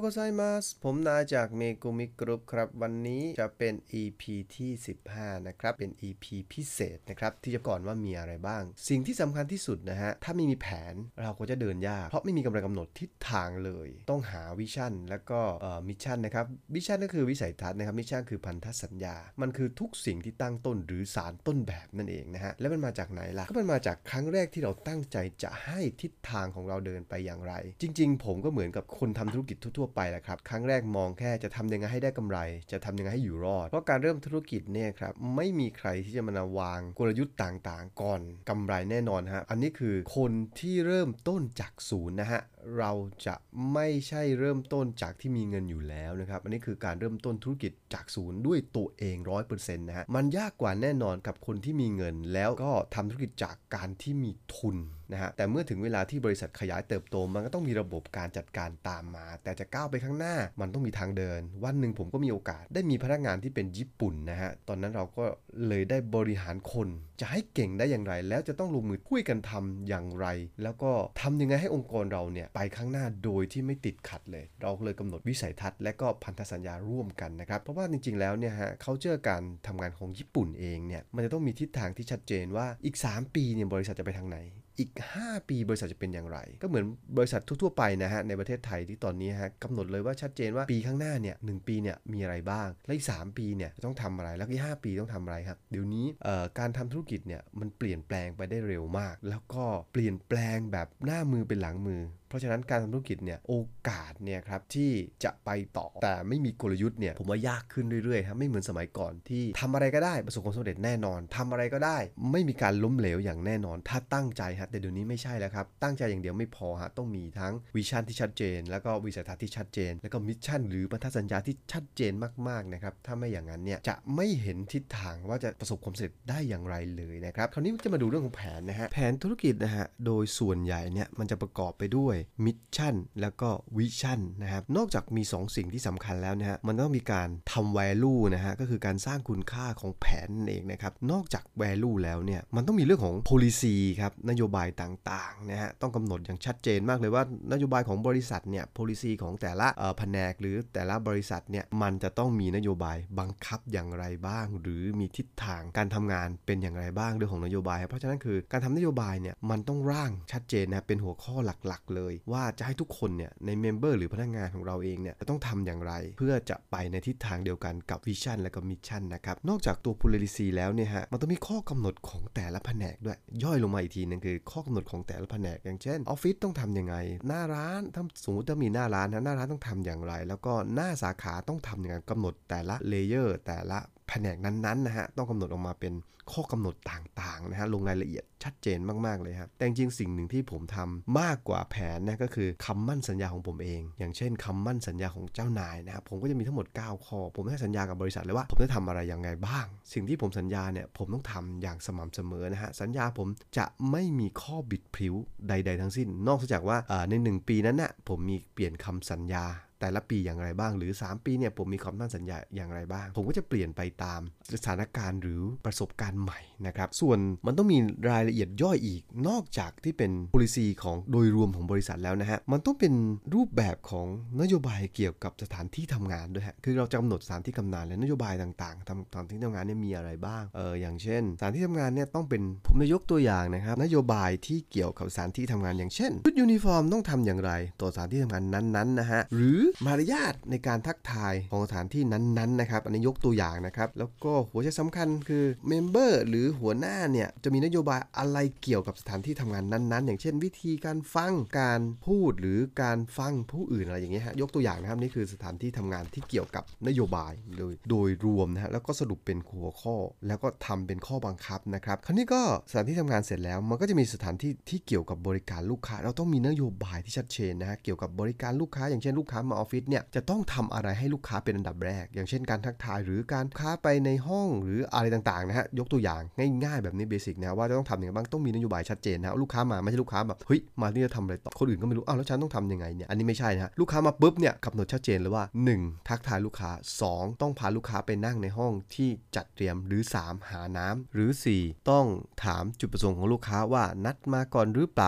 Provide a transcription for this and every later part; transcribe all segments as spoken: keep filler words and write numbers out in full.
ไซมัสผมนายจากเมกุมิกรุ๊ปครับวันนี้จะเป็น อี พี ที่สิบห้านะครับเป็น อี พี พิเศษนะครับที่จะก่อนว่ามีอะไรบ้างสิ่งที่สำคัญที่สุดนะฮะถ้าไม่มีแผนเราก็จะเดินยากเพราะไม่มีกำลังกำหนดทิศทางเลยต้องหาวิชั่นแล้วก็มิชชั่นนะครับวิชั่นก็คือวิสัยทัศน์นะครับมิชชั่นคือพันธสัญญามันคือทุกสิ่งที่ตั้งต้นหรือสารต้นแบบนั่นเองนะฮะแล้วมันมาจากไหนล่ะก็มันมาจากครั้งแรกที่เราตั้งใจจะให้ทิศทางของเราเดินไปอย่างไรจริงๆผมก็เหมือนกับคนทำธุรกิจทั่วๆไปแหละครับครั้งแรกมองแค่จะทำยังไงให้ได้กำไรจะทำยังไงให้อยู่รอดเพราะการเริ่มธุรกิจเนี่ยครับไม่มีใครที่จะมาวางกลยุทธ์ต่างๆก่อนกำไรแน่นอนฮะอันนี้คือคนที่เริ่มต้นจากศูนย์นะฮะเราจะไม่ใช่เริ่มต้นจากที่มีเงินอยู่แล้วนะครับอันนี้คือการเริ่มต้นธุรกิจจากศูนย์ด้วยตัวเอง ร้อยเปอร์เซ็นต์ นะฮะมันยากกว่าแน่นอนกับคนที่มีเงินแล้วก็ทำธุรกิจจากการที่มีทุนนะฮะแต่เมื่อถึงเวลาที่บริษัทขยายเติบโตมันก็ต้องมีระบบการจัดการตามมาแต่จะก้าวไปข้างหน้ามันต้องมีทางเดินวันหนึ่งผมก็มีโอกาสได้มีพนักงานที่เป็นญี่ปุ่นนะฮะตอนนั้นเราก็เลยได้บริหารคนจะให้เก่งได้อย่างไรแล้วจะต้องลงมือคุยกันทำอย่างไรแล้วก็ทำยังไงให้องค์กรเราเนี่ยไปข้างหน้าโดยที่ไม่ติดขัดเลยเราเลยกำหนดวิสัยทัศน์และก็พันธสัญญาร่วมกันนะครับเพราะว่าจริงๆแล้วเนี่ยฮะเขาเจอการทำงานของญี่ปุ่นเองเนี่ยมันจะต้องมีทิศทางที่ชัดเจนว่าอีกสามปีเนี่ยบริษัทจะไปทางไหนอีกห้าปีบริษัทจะเป็นอย่างไรก็เหมือนบริษัททั่วๆไปนะฮะในประเทศไทยที่ตอนนี้ฮะกำหนดเลยว่าชัดเจนว่าปีข้างหน้าเนี่ยหนึ่งปีเนี่ยมีอะไรบ้างและอีกสามปีเนี่ยต้องทำอะไรแล้วอีกห้าปีต้องทำอะไรครับเดี๋ยวนี้เอ่อการทำธุรกิจเนี่ยมันเปลี่ยนแปลงไปได้เร็วมากแล้วก็เปลี่ยนแปลงแบบหน้ามือเป็นหลังมือเพราะฉะนั้นการทำธุรกิจเนี่ยโอกาสเนี่ยครับที่จะไปต่อแต่ไม่มีกลยุทธ์เนี่ยผมว่ายากขึ้นเรื่อยๆครับไม่เหมือนสมัยก่อนที่ทำอะไรก็ได้ประสบความสำเร็จแน่นอนทำอะไรก็ได้ไม่มีการล้มเหลวอย่างแน่นอนถ้าตั้งใจฮะแต่เดี๋ยวนี้ไม่ใช่แล้วครับตั้งใจอย่างเดียวไม่พอฮะต้องมีทั้งวิชั่นที่ชัดเจนแล้วก็วิสัยทัศน์ที่ชัดเจนแล้วก็มิชชั่นหรือพันธสัญญาที่ชัดเจนมากๆนะครับถ้าไม่อย่างนั้นเนี่ยจะไม่เห็นทิศทางว่าจะประสบความสำเร็จได้อย่างไรเลยนะครับคราวนี้จะมาดูเรื่องของแผนนะฮะแผนธุรกิจนะฮะโดยส่วนใหญ่เนี่ยมันจะประกอบไปด้วยมิชชั่นแล้วก็วิชั่นนะครับนอกจากมีสองสิ่งที่สำคัญแล้วนะฮะมันต้องมีการทำ value นะฮะก็คือการสร้างคุณค่าของแผนนั่นเองนะครับนอกจาก value แล้วเนี่ยมันต้องมีเรื่องของ policy ครับนโยบายต่างๆนะฮะต้องกำหนดอย่างชัดเจนมากเลยว่านโยบายของบริษัทเนี่ย policy ของแต่ละเอ่อแผนกหรือแต่ละบริษัทเนี่ยมันจะต้องมีนโยบายบังคับอย่างไรบ้างหรือมีทิศทางการทำงานเป็นอย่างไรบ้างเรื่องของนโยบายเพราะฉะนั้นคือการทำนโยบายเนี่ยมันต้องร่างชัดเจนนะเป็นหัวข้อหลักๆเลยว่าจะให้ทุกคนเนี่ยในเมมเบอร์หรือพนักงานของเราเองเนี่ยจะต้องทำอย่างไรเพื่อจะไปในทิศทางเดียวกันกับวิชั่นและก็มิชชั่นนะครับนอกจากตัว policy แล้วเนี่ยฮะมันต้องมีข้อกำหนดของแต่ละแผนกด้วยย่อยลงมาอีกทีนึงคือข้อกำหนดของแต่ละแผนกอย่างเช่นออฟฟิศต้องทำยังไงหน้าร้านถ้าสมมติถ้ามีหน้าร้านนะหน้าร้านต้องทำอย่างไรแล้วก็หน้าสาขาต้องทำอย่างไรกำหนดแต่ละเลเยอร์แต่ละแผนกนั้นๆนะฮะต้องกำหนดออกมาเป็นข้อกำหนดต่างๆนะฮะลงรายละเอียดชัดเจนมากๆเลยครับแต่จริงๆสิ่งหนึ่งที่ผมทำมากกว่าแผนนะก็คือคำมั่นสัญญาของผมเองอย่างเช่นคำมั่นสัญญาของเจ้านายนะครับผมก็จะมีทั้งหมดเก้าข้อผมให้สัญญากับบริษัทเลยว่าผมจะทำอะไรยังไงบ้างสิ่งที่ผมสัญญาเนี่ยผมต้องทำอย่างสม่ำเสมอนะฮะสัญญาผมจะไม่มีข้อบิดพลิ้วใดๆทั้งสิ้นนอกจากว่าในหนึ่งปีนั้นน่ะผมมีเปลี่ยนคำสัญญาแต่ละปีอย่างไรบ้างหรือสามปีเนี่ยผมมีคำมั่นสัญญาอย่างไรบ้างผมก็จะเปลี่ยนไปตามสถานการณ์หรือประสบการณ์ใหม่นะครับส่วนมันต้องมีรายละเอียดย่อยอีกนอกจากที่เป็น policy ของโดยรวมของบริษัทแล้วนะฮะมันต้องเป็นรูปแบบของนโยบายเกี่ยวกับสถานที่ทำงานด้วยฮะคือเราจะกำหนดสถานที่ทำงานและนโยบายต่างๆทำสถานที่ทำงานเนี่ยมีอะไรบ้างเอออย่างเช่นสถานที่ทำงานเนี่ยต้องเป็นผมจะยกตัวอย่างนะครับนโยบายที่เกี่ยวกับสถานที่ทำงานอย่างเช่นชุดยูนิฟอร์มต้องทำอย่างไรต่อสถานที่ทำงานนั้นๆนะฮะหรือมารยาทในการทักทายของสถานที่นั้นๆนะครับอันนี้ยกตัวอย่างนะครับแล้วก็หัวใจสำคัญคือเมมเบอร์หรือหัวหน้าเนี่ยจะมีนโยบายอะไรเกี่ยวกับสถานที่ทำงานนั้นๆอย่างเช่นวิธีการฟังการพูดหรือการฟังผู้อื่นอะไรอย่างเงี้ยฮะยกตัวอย่างนะครับนี่คือสถานที่ทำงานที่เกี่ยวกับนโยบายโดยโดยรวมนะฮะแล้วก็สรุปเป็นหัวข้อแล้วก็ทำเป็นข้อบังคับนะครับคราวนี้ก็สถานที่ทำงานเสร็จแล้วมันก็จะมีสถานที่ที่เกี่ยวกับบริการลูกค้าเราต้องมีนโยบายที่ชัดเจนนะฮะเกี่ยวกับบริการลูกค้าอย่างเช่นลูกค้ามาออฟฟิศเนี่ยจะต้องทำอะไรให้ลูกค้าเป็นอันดับแรกอย่างเช่นการทักทายหรือการค้าไปในห้องหรืออะไรต่างๆนะฮะยกตัวอย่างง่ายๆแบบนี้เบสิกนะว่าจะต้องทำยังไงบ้างต้องมีนโยบายชัดเจนนะลูกค้ามาไม่ใช่ลูกค้าแบบเฮ้ยมาที่จะทำอะไรต่อคนอื่นก็ไม่รู้อ้าวแล้วฉันต้องทำยังไงเนี่ยอันนี้ไม่ใช่นะฮะลูกค้ามาปุ๊บเนี่ยกำหนดชัดเจนเลยว่าหนึ่งทักทายลูกค้าสองต้องพาลูกค้าไปนั่งในห้องที่จัดเตรียมหรือสามหาน้ำหรือสี่ต้องถามจุดประสงค์ของลูกค้าว่านัดมาก่อนหรือเปล่า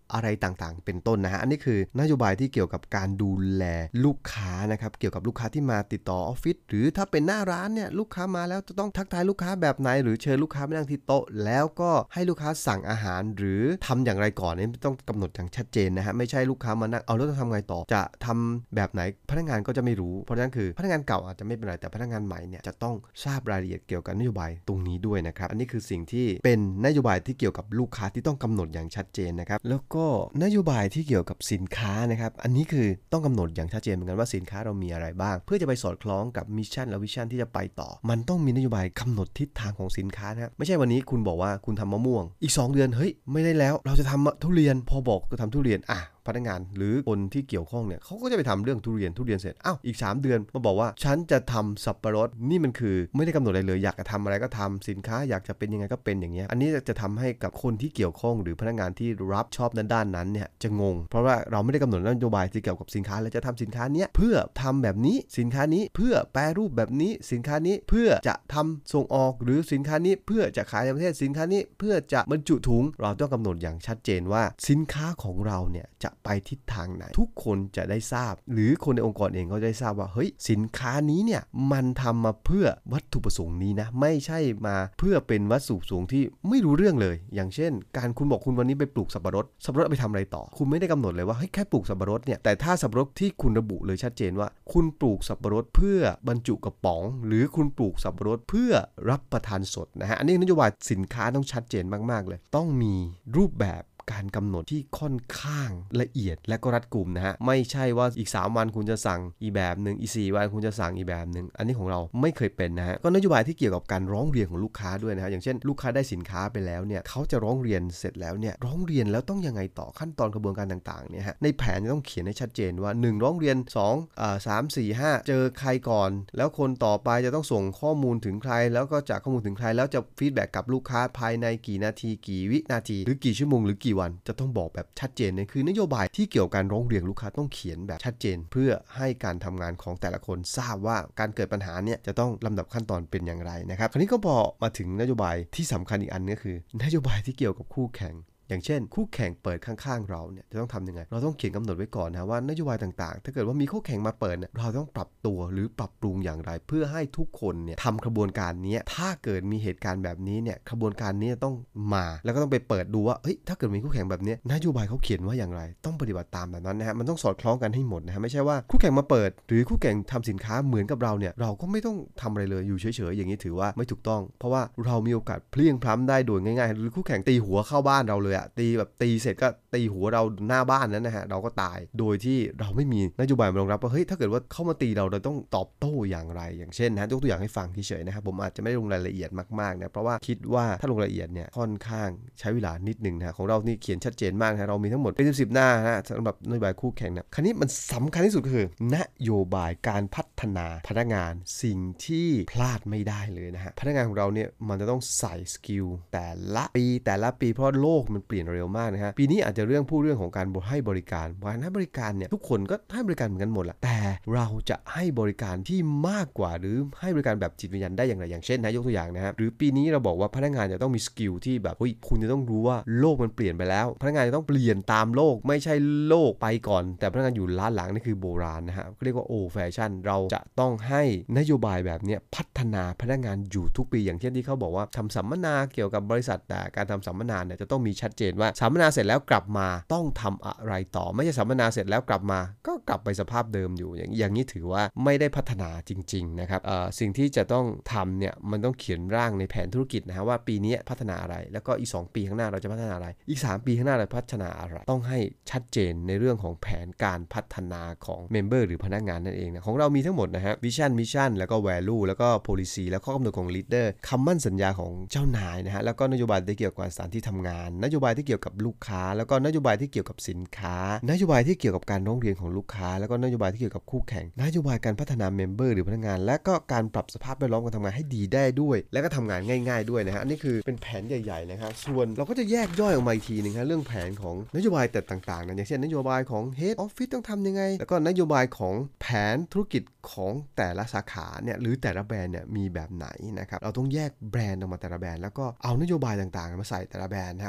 อะไรต่างๆเป็นต้นนะฮะอันนี้คือนโยบายที่เกี่ยวกับการดูแลลูกค้านะครับเกี่ยวกับลูกค้าที่มาติดต่อออฟฟิศหรือถ้าเป็นหน้าร้านเนี่ยลูกค้ามาแล้วจะต้องทักทายลูกค้าแบบไหนหรือเชิญลูกค้ามานั่งที่โต๊ะแล้วก็ให้ลูกค้าสั่งอาหารหรือทำอย่างไรก่อนนี่ต้องกำหนดอย่างชัดเจนนะฮะไม่ใช่ลูกค้ามานั่งเอาแล้วจะทำไงต่อจะทำแบบไหนพนักงานก็จะไม่รู้เพราะฉะนั้นคือพนักงานเก่าอาจจะไม่เป็นไรแต่พนักงานใหม่เนี่ยจะต้องทราบรายละเอียดเกี่ยวกับนโยบายตรงนี้ด้วยนะครับอันนี้คือสิ่งที่เป็นนโยบายที่เกี่ยวกับลูกค้าที่ต้องกำหนดอย่างชัดเจนนะครับแล้วก็นโยบายที่เกี่ยวกับสินค้านะครับอันนี้คือต้องกำหนดอย่างชัดเจนเหมือนกันว่าสินค้าเรามีอะไรบ้างเพื่อจะไปสอดคล้องกับมิชชั่นและวิชั่นที่จะไปต่อมันต้องมีนโยบายกำหนดทิศทางของสินค้านะครับไม่ใช่วันนี้คุณบอกว่าคุณทำมะม่วงอีกสองเดือนเฮ้ยไม่ได้แล้วเราจะทำทุเรียนพอบอกจะทำทุเรียนอ่ะพนักงานหรือคนที่เกี่ยวข้องเนี่ยเขาก็จะไปทำเรื่องทุเรียนทุเรียนเสร็จอ้าวอีกสามเดือนมาบอกว่าฉันจะทำสับปะรดนี่มันคือไม่ได้กำหนดอะไรเลยอยากจะทำอะไรก็ทำสินค้าอยากจะเป็นยังไงก็เป็นอย่างเงี้ยอันนี้จะทำให้กับคนที่เกี่ยวข้องหรือพนักงานที่รับชอบด้านนั้นเนี่ยจะงงเพราะว่าเราไม่ได้กำหนดนโยบายที่เกี่ยวกับสินค้าแล้วจะทำสินค้าเนี้ยเพื่อทำแบบนี้สินค้านี้เพื่อแปรรูปแบบนี้สินค้านี้เพื่อจะทำส่งออกหรือสินค้านี้เพื่อจะขายในประเทศสินค้านี้เพื่อจะบรรจุถุงเราต้องกำหนดอย่างชัดเจนว่าสินค้าของเราเนี่ยจะไปทิศทางไหนทุกคนจะได้ทราบหรือคนในองค์กรเองก็ได้ทราบว่าเฮ้ยสินค้านี้เนี่ยมันทำมาเพื่อวัตถุประสงค์นี้นะไม่ใช่มาเพื่อเป็นวัตถุประสงค์ที่ไม่รู้เรื่องเลยอย่างเช่นการคุณบอกคุณวันนี้ไปปลูกสับปะรดสับปะรดไปทำอะไรต่อคุณไม่ได้กำหนดเลยว่าเฮ้ยแค่ปลูกสับปะรดเนี่ยแต่ถ้าสับปะรดที่คุณระบุเลยชัดเจนว่าคุณปลูกสับปะรดเพื่อบรรจุกระป๋องหรือคุณปลูกสับปะรดเพื่อรับประทานสดนะฮะอันนี้นโยบายสินค้าต้องชัดเจนมากๆเลยต้องมีรูปแบบการกำหนดที่ค่อนข้างละเอียดและก็รัดกุมนะฮะไม่ใช่ว่าอีกสามวันคุณจะสั่งอีแบบนึงอีกสี่วันคุณจะสั่งอีแบบนึงอันนี้ของเราไม่เคยเป็นนะฮะก็นโยบายที่เกี่ยวกับการร้องเรียนของลูกค้าด้วยนะฮะอย่างเช่นลูกค้าได้สินค้าไปแล้วเนี่ยเขาจะร้องเรียนเสร็จแล้วเนี่ยร้องเรียนแล้วต้องยังไงต่อขั้นตอนกระบวนการต่างๆเนี่ยฮะในแผนจะต้องเขียนให้ชัดเจนว่าหนึ่งร้องเรียนสองอ่าสาม สี่ ห้าเจอใครก่อนแล้วคนต่อไปจะต้องส่งข้อมูลถึงใครแล้วก็จากข้อมูลถึงใครแล้วจะฟีดแบ็กกับลูกค้าภายในกี่นาทีกี่วินาทีหรือกี่ชั่วโมงหรือกี่วันจะต้องบอกแบบชัดเจนเนี่ยคือนโยบายที่เกี่ยวกับการร้องเรียนลูกค้าต้องเขียนแบบชัดเจนเพื่อให้การทำงานของแต่ละคนทราบว่าการเกิดปัญหาเนี่ยจะต้องลำดับขั้นตอนเป็นอย่างไรนะครับคราวนี้ก็พอมาถึงนโยบายที่สำคัญอีกอันนึงก็คือนโยบายที่เกี่ยวกับคู่แข่งอย่างเช่นคู่แข่งเปิดข้างๆเราเนี่ยจะต้องทำยังไงเราต้องเขียนกำหนดไว้ก่อนนะว่านโยบายต่างๆถ้าเกิดว่ามีคู่แข่งมาเปิดเนี่ยเราต้องปรับตัวหรือปรับปรุงอย่างไรเพื่อให้ทุกคนเนี่ยทำกระบวนการนี้ถ้าเกิดมีเหตุการณ์แบบนี้เนี่ยกระบวนการนี้ต้องมาแล้วก็ต้องไปเปิดดูว่าเฮ้ยถ้าเกิดมีคู่แข่งแบบนี้นโยบายเขาเขียนว่าอย่างไรต้องปฏิบัติตามแบบนั้นนะฮะมันต้องสอดคล้องกันให้หมดนะฮะไม่ใช่ว่าคู่แข่งมาเปิดหรือคู่แข่งทำสินค้าเหมือนกับเราเนี่ยเราก็ไม่ต้องทำอะไรเลยอยู่เฉยๆอย่างนี้ถือว่าไม่ถูกต้องเพราะว่าเรามีโอกาสเพลี่ยงพล้ำได้โดยง่ายๆหรือคู่แข่งตีหัวเข้าบ้านเราเลยอะตีแบบตีเสร็จก็ตีหัวเราหน้าบ้านนั้นนะฮะเราก็ตายโดยที่เราไม่มีนโยบายรองรับว่าเฮ้ยถ้าเกิดว่าเข้ามาตีเราเราต้องตอบโต้อย่างไรอย่างเช่นนะยกตัวอย่างให้ฟังเฉยๆนะครับผมอาจจะไม่ลงรายละเอียดมากๆนะเพราะว่าคิดว่าถ้าลงรายละเอียดเนี่ยค่อนข้างใช้เวลานิดนึงนะของเรานี่เขียนชัดเจนมากนะเรามีทั้งหมดเป็นสิบหน้าฮะสำหรับนโยบายคู่แข่งนะคราวนี้มันสำคัญที่สุดคือนโยบายการพัฒนาพนักงานสิ่งที่พลาดไม่ได้เลยนะฮะพนักงานของเราเนี่ยมันจะต้องใส่สกิลแต่ละปีแต่ละปีเพราะโลกมันเปลี่ยนเร็วมากนะฮะปีนี้อาจจะเรื่องพูดเรื่องของการให้บริการการให้บริการเนี่ยทุกคนก็ให้บริการเหมือนกันหมดแหละแต่เราจะให้บริการที่มากกว่าหรือให้บริการแบบจิตวิญญาณได้อย่างไรอย่างเช่นนะยกตัวอย่างนะฮะหรือปีนี้เราบอกว่าพนักงานจะต้องมีสกิลที่แบบเฮ้ยคุณจะต้องรู้ว่าโลกมันเปลี่ยนไปแล้วพนักงานจะต้องเปลี่ยนตามโลกไม่ใช่โลกไปก่อนแต่พนักงานอยู่ล้าหลังนี่คือโบราณนะฮะเรียกว่าโอแฟชั่นเราจะต้องให้นโยบายแบบนี้พัฒนาพนักงานอยู่ทุกปีอย่างเช่นที่เขาบอกว่าทำสัมมนาเกี่ยวกับบริษัทแต่การทำสัมมนาเนี่ยจะต้องมีชัดเจนว่าสัมมนาเสร็จแล้วกลับมาต้องทำอะไรต่อไม่ใช่สัมมนาเสร็จแล้วกลับมาก็กลับไปสภาพเดิมอยู่อย่างอย่างนี้ถือว่าไม่ได้พัฒนาจริงๆนะครับเอ่อสิ่งที่จะต้องทำเนี่ยมันต้องเขียนร่างในแผนธุรกิจนะฮะว่าปีนี้พัฒนาอะไรแล้วก็อีกสองปีข้างหน้าเราจะพัฒนาอะไรอีกสามปีข้างหน้าเราพัฒนาอะไรต้องให้ชัดเจนในเรื่องของแผนการพัฒนาของเมมเบอร์หรือพนักงานนั่นเองนะของเรามีทั้งหมดนะฮะวิชั่นมิชชั่นแล้วก็ value แล้วก็ policy แล้วข้อกำหนดของ leader คำมั่นสัญญาของเจ้านายนะฮะแล้วก็นโยบายที่เกี่ยวกับสถานที่ทำงานนโยบายที่เกี่ยวกับลูกค้าแล้วก็นโยบายที่เกี่ยวกับสินค้านโยบายที่เกี่ยวกับการร้องเรียนของลูกค้าแล้วก็นโยบายที่เกี่ยวกับคู่แข่งนโยบายการพัฒนาเมมเบอร์หรือพนักงานและก็การปรับสภาพแวดล้อมการทำงานให้ดีได้ด้วยและก็ทำงานง่ายๆด้วยนะฮะอันนี้คือเป็นแผนใหญ่ๆนะครับส่วนเราก็จะแยกย่อยออกมาอีกทีนึงฮะเรื่องแผนของนโยบายแต่ต่างๆนะอย่างเช่นนโยบายของ Head Office ต้องทำยังไงแล้วก็นโยบายของแผนธุรกิจของแต่ละสาขาเนี่ยหรือแต่ละแบรนด์เนี่ยมีแบบไหนนะครับเราต้องแยกแบรนด์ออกมาแต่ละแบรนด์แล้วก็เอานโยบายต่างๆมาใส่แต่ละแบรนด์นะครับเพราะแต่ละแบร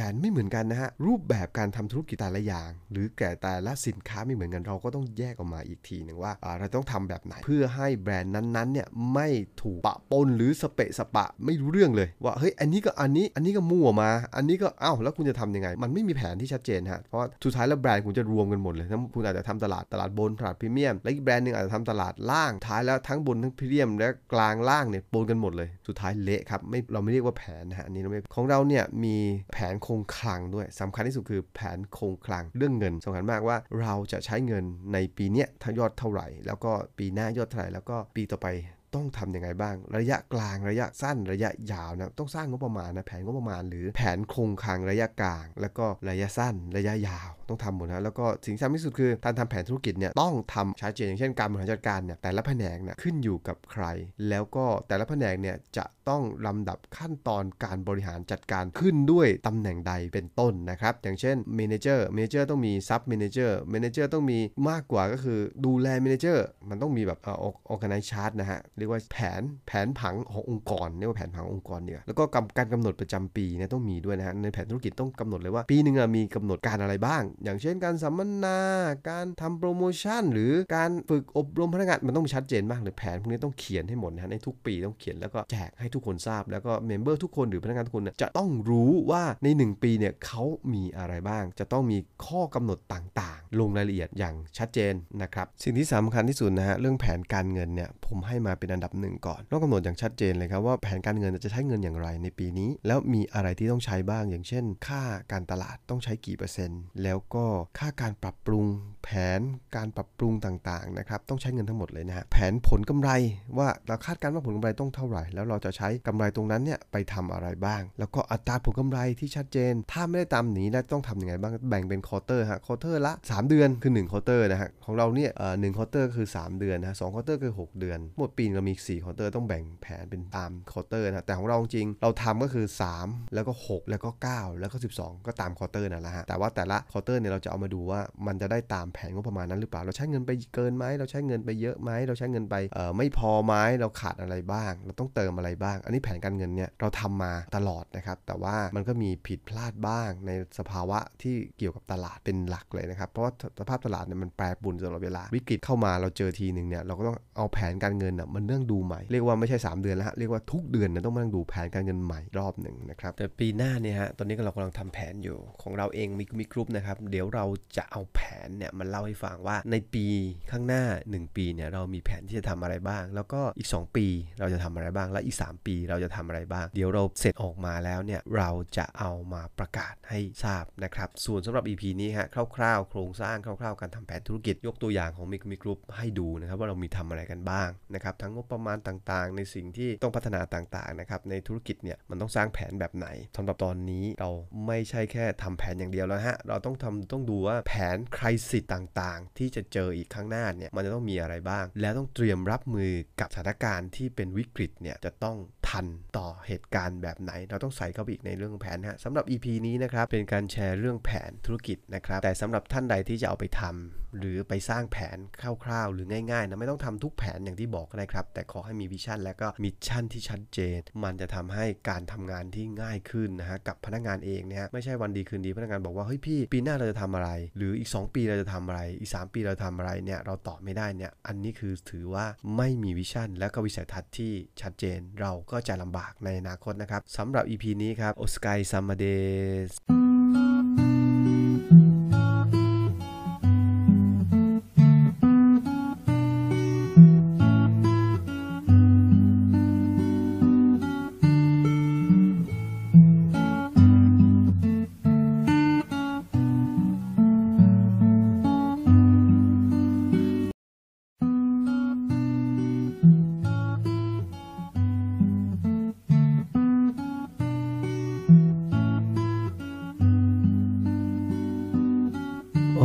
รนด์ไม่เหมือนกันนะฮะรูปแบบการทำธุรกิจแต่ละอย่างหรือแก่แต่ละสินค้าไม่เหมือนกันเราก็ต้องแยกออกมาอีกทีหนึ่งว่าเราต้องทำแบบไหนเพื่อให้แบรนด์นั้นๆเนี่ยไม่ถูกปะปนหรือสเปะสปะไม่รู้เรื่องเลยว่าเฮ้ยอันนี้ก็อันนี้อันนี้ก็มั่วมาอันนี้ก็อ้าวแล้วคุณจะทำยังไงมันไม่มีแผนที่ชัดเจนฮะเพราะสุดท้ายแล้วแบรนด์คุณจะรวมกันหมดเลยทั้งคุณอาจจะทำตลาดตลาดบนตลาดพรีเมียมและอีกแบรนด์นึงอาจจะทำตลาดล่างท้ายแล้วทั้งบนทั้งพรีเมียมและกลางล่างเนี่ยปนกันหมดเลยสุดท้ายเละครับไม่เราไม่เรียกว่าแผนนะฮะอันนี้เราไม่ของเราเนี่ยมีแผนคงคลังด้วยสำคัญที่สุดคือแผนคงคลังเรื่องเงินสำคัญมากว่าเราจะใช้เงินในปีนี้ถ้ายอดเท่าไหร่แล้วก็ปีหน้ายอดเท่าไหร่แล้วก็ปีต่อไปต้องทำยังไงบ้างระยะกลางระยะสั้นระยะยาวนะต้องสร้างงบประมาณนะแผนงบประมาณหรือแผนคงคลังระยะกลางแล้วก็ระยะสั้นระยะยาวต้องทำหมดนะแล้วก็สิ่งสำคัญที่สุดคือการทำแผนธุรกิจเนี่ยต้องทำชัดเจนอย่างเช่นการบริหารจัดการเนี่ยแต่ละแผนกเนี่ยขึ้นอยู่กับใครแล้วก็แต่ละแผนกเนี่ยจะต้องลำดับขั้นตอนการบริหารจัดการขึ้นด้วยตำแหน่งใดเป็นต้นนะครับอย่างเช่นเมเนเจอร์เมเนเจอร์ต้องมีซับเมเนเจอร์เมเนเจอร์ต้องมีมากกว่าก็คือดูแลเมเนเจอร์มันต้องมีแบบเอ่อออร์แกไนซ์ชาร์ตนะฮะเรียกว่าแผนแผนผังขององค์กรเรียกว่าแผนผังองค์กรเนี่ยแล้วก็การกำหนดประจำปีเนี่ยต้องมีด้วยนะฮะในแผนธุรกิจต้องกำหนดเลยว่าปีนึงมีกำหนดการอะไรบ้างอย่างเช่นการสัมมนาการทำโปรโมชั่นหรือการฝึกอบรมพนักงานมันต้องชัดเจนมากเลยแผนพวกนี้ต้องเขียนให้หมดนะฮะในทุกปีต้องเขียนแล้วก็แจกให้ทุกคนทราบแล้วก็เมมเบอร์ทุกคนหรือพนักงานทุกคนจะต้องรู้ว่าในหนึ่งปีเนี่ยเขามีอะไรบ้างจะต้องมีข้อกำหนดต่างๆลงรายละเอียดอย่างชัดเจนนะครับสิ่งที่สำคัญที่สุดนะฮะเรื่องแผนการเงินเนี่ยผมให้มาเป็นอันดับหนึ่งก่อนต้องกำหนดอย่างชัดเจนเลยครับว่าแผนการเงินจะใช้เงินอย่างไรในปีนี้แล้วมีอะไรที่ต้องใช้บ้างอย่างเช่นค่าการตลาดต้องใช้กี่เปอร์เซ็นต์แล้วก็ค่าการปรับปรุงแผนการปรับปรุงต่างๆนะครับต้องใช้เงินทั้งหมดเลยนะฮะแผนผลกำไรว่าเราคาดการณ์ว่าผลกำไรต้องเท่าไหร่แล้วเราจะใช้กำไรตรงนั้นเนี่ยไปทำอะไรบ้างแล้วก็อัตราผลกำไรที่ชัดเจนถ้าไม่ได้ตามนี้แล้วต้องทำยังไงบ้างแบ่งเป็นควอเตอร์ฮะควอเตอร์ละสามเดือนคือหนึ่งควอเตอร์นะฮะของเราเนี่ยเอ่อหนึ่งควอเตอร์คือสามเดือนนะสองควอเตอร์คือหกเดือนหมดปีเรามีสี่ควอเตอร์ต้องแบ่งแผนเป็นตามควอเตอร์นะแต่ของเราจริงเราทำก็คือสามแล้วก็หกแล้วก็เก้าแล้วก็สิบสองก็ตามควอเตอร์นั่นแหละฮะแต่ว่าแต่ละควอเตอร์เนี่ยเราจะเอามาดูว่ามันจะได้ตามแผนงบประมาณนั้นหรือเปล่าเราใช้เงินไปเกินไหมเราใช้เงินไปเยอะไหมเราใช้เงินไปเอ่อไม่พอไหมเราขาดอะไรบ้างเราต้องเติมอะไรบ้างอันนี้แผนการเงินเนี่ยเราทำมาตลอดนะครับแต่ว่ามันก็มีผิดพลาดบ้างในสภาวะที่เกี่ยวกับตลาดเป็นหลักเลยนะครับเพราะว่าสภาพตลาดเนี่ยมันแปรปรวนตลอดเวลาวิกฤตเข้ามาเราเจอทีนึงเนี่ยเราก็ต้องเอาแผนการเงินน่ะมันเรื่องดูใหม่เรียกว่าไม่ใช่สามเดือนแล้วฮะเรียกว่าทุกเดือนเนี่ยต้องมาดูแผนการเงินใหม่รอบหนึ่งนะครับแต่ปีหน้าเนี่ยฮะตอนนี้เรากำลังทำแผนอยู่ของเราเองมีมีกรุ๊ปนะครับเดี๋ยวเราจะเอาแผนเนี่ยมันเล่าให้ฟังว่าในปีข้างหน้าหนึ่งปีเนี่ยเรามีแผนที่จะทำอะไรบ้างแล้วก็อีกสองปีเราจะทำอะไรบ้างและอีกสามปีเราจะทำอะไรบ้างเดี๋ยวเราเสร็จออกมาแล้วเนี่ยเราจะเอามาประกาศให้ทราบนะครับส่วนสำหรับ อี พี นี้ฮะคร่าวๆโครงสร้างคร่าวๆการทำแผนธุรกิจยกตัวอย่างของมิกมิกรุ๊ปให้ดูนะครับว่าเรามีทำอะไรกันบ้างนะครับทั้งงบประมาณต่างๆในสิ่งที่ต้องพัฒนาต่างๆนะครับในธุรกิจเนี่ยมันต้องสร้างแผนแบบไหนสำหรับตอนนี้เราไม่ใช่แค่ทำแผนอย่างเดียวแล้วฮะเราต้องทำต้องดูว่าแผนไครซิสต่างๆที่จะเจออีกข้างหน้าเนี่ยมันจะต้องมีอะไรบ้างแล้วต้องเตรียมรับมือกับสถานการณ์ที่เป็นวิกฤตเนี่ยจะต้องทันต่อเหตุการณ์แบบไหนเราต้องใส่เข้าไปอีกในเรื่องแผนฮะสำหรับ อี พี นี้นะครับเป็นการแชร์เรื่องแผนธุรกิจนะครับแต่สำหรับท่านใดที่จะเอาไปทำหรือไปสร้างแผนคร่าวๆหรือง่ายๆนะไม่ต้องทำทุกแผนอย่างที่บอกก็ได้ครับแต่ขอให้มีวิชั่นและก็มิชชั่นที่ชัดเจนมันจะทำให้การทำงานที่ง่ายขึ้นนะฮะกับพนักงานเองเนี่ยไม่ใช่วันดีคืนดีพนักงานบอกว่าเฮ้ยพี่ปีหน้าเราจะทำอะไรหรืออีกสองปีเราจะทำอะไรอีกสามปีเราทำอะไรเนี่ยเราตอบไม่ได้เนี่ยอันนี้คือถือว่าไม่มีวิชั่นและก็วิสัยทัศน์ที่ชัดเจนเราก็จะลำบากในอนาคตนะครับสำหรับ อี พี นี้ครับโอสกายซัมมาเดส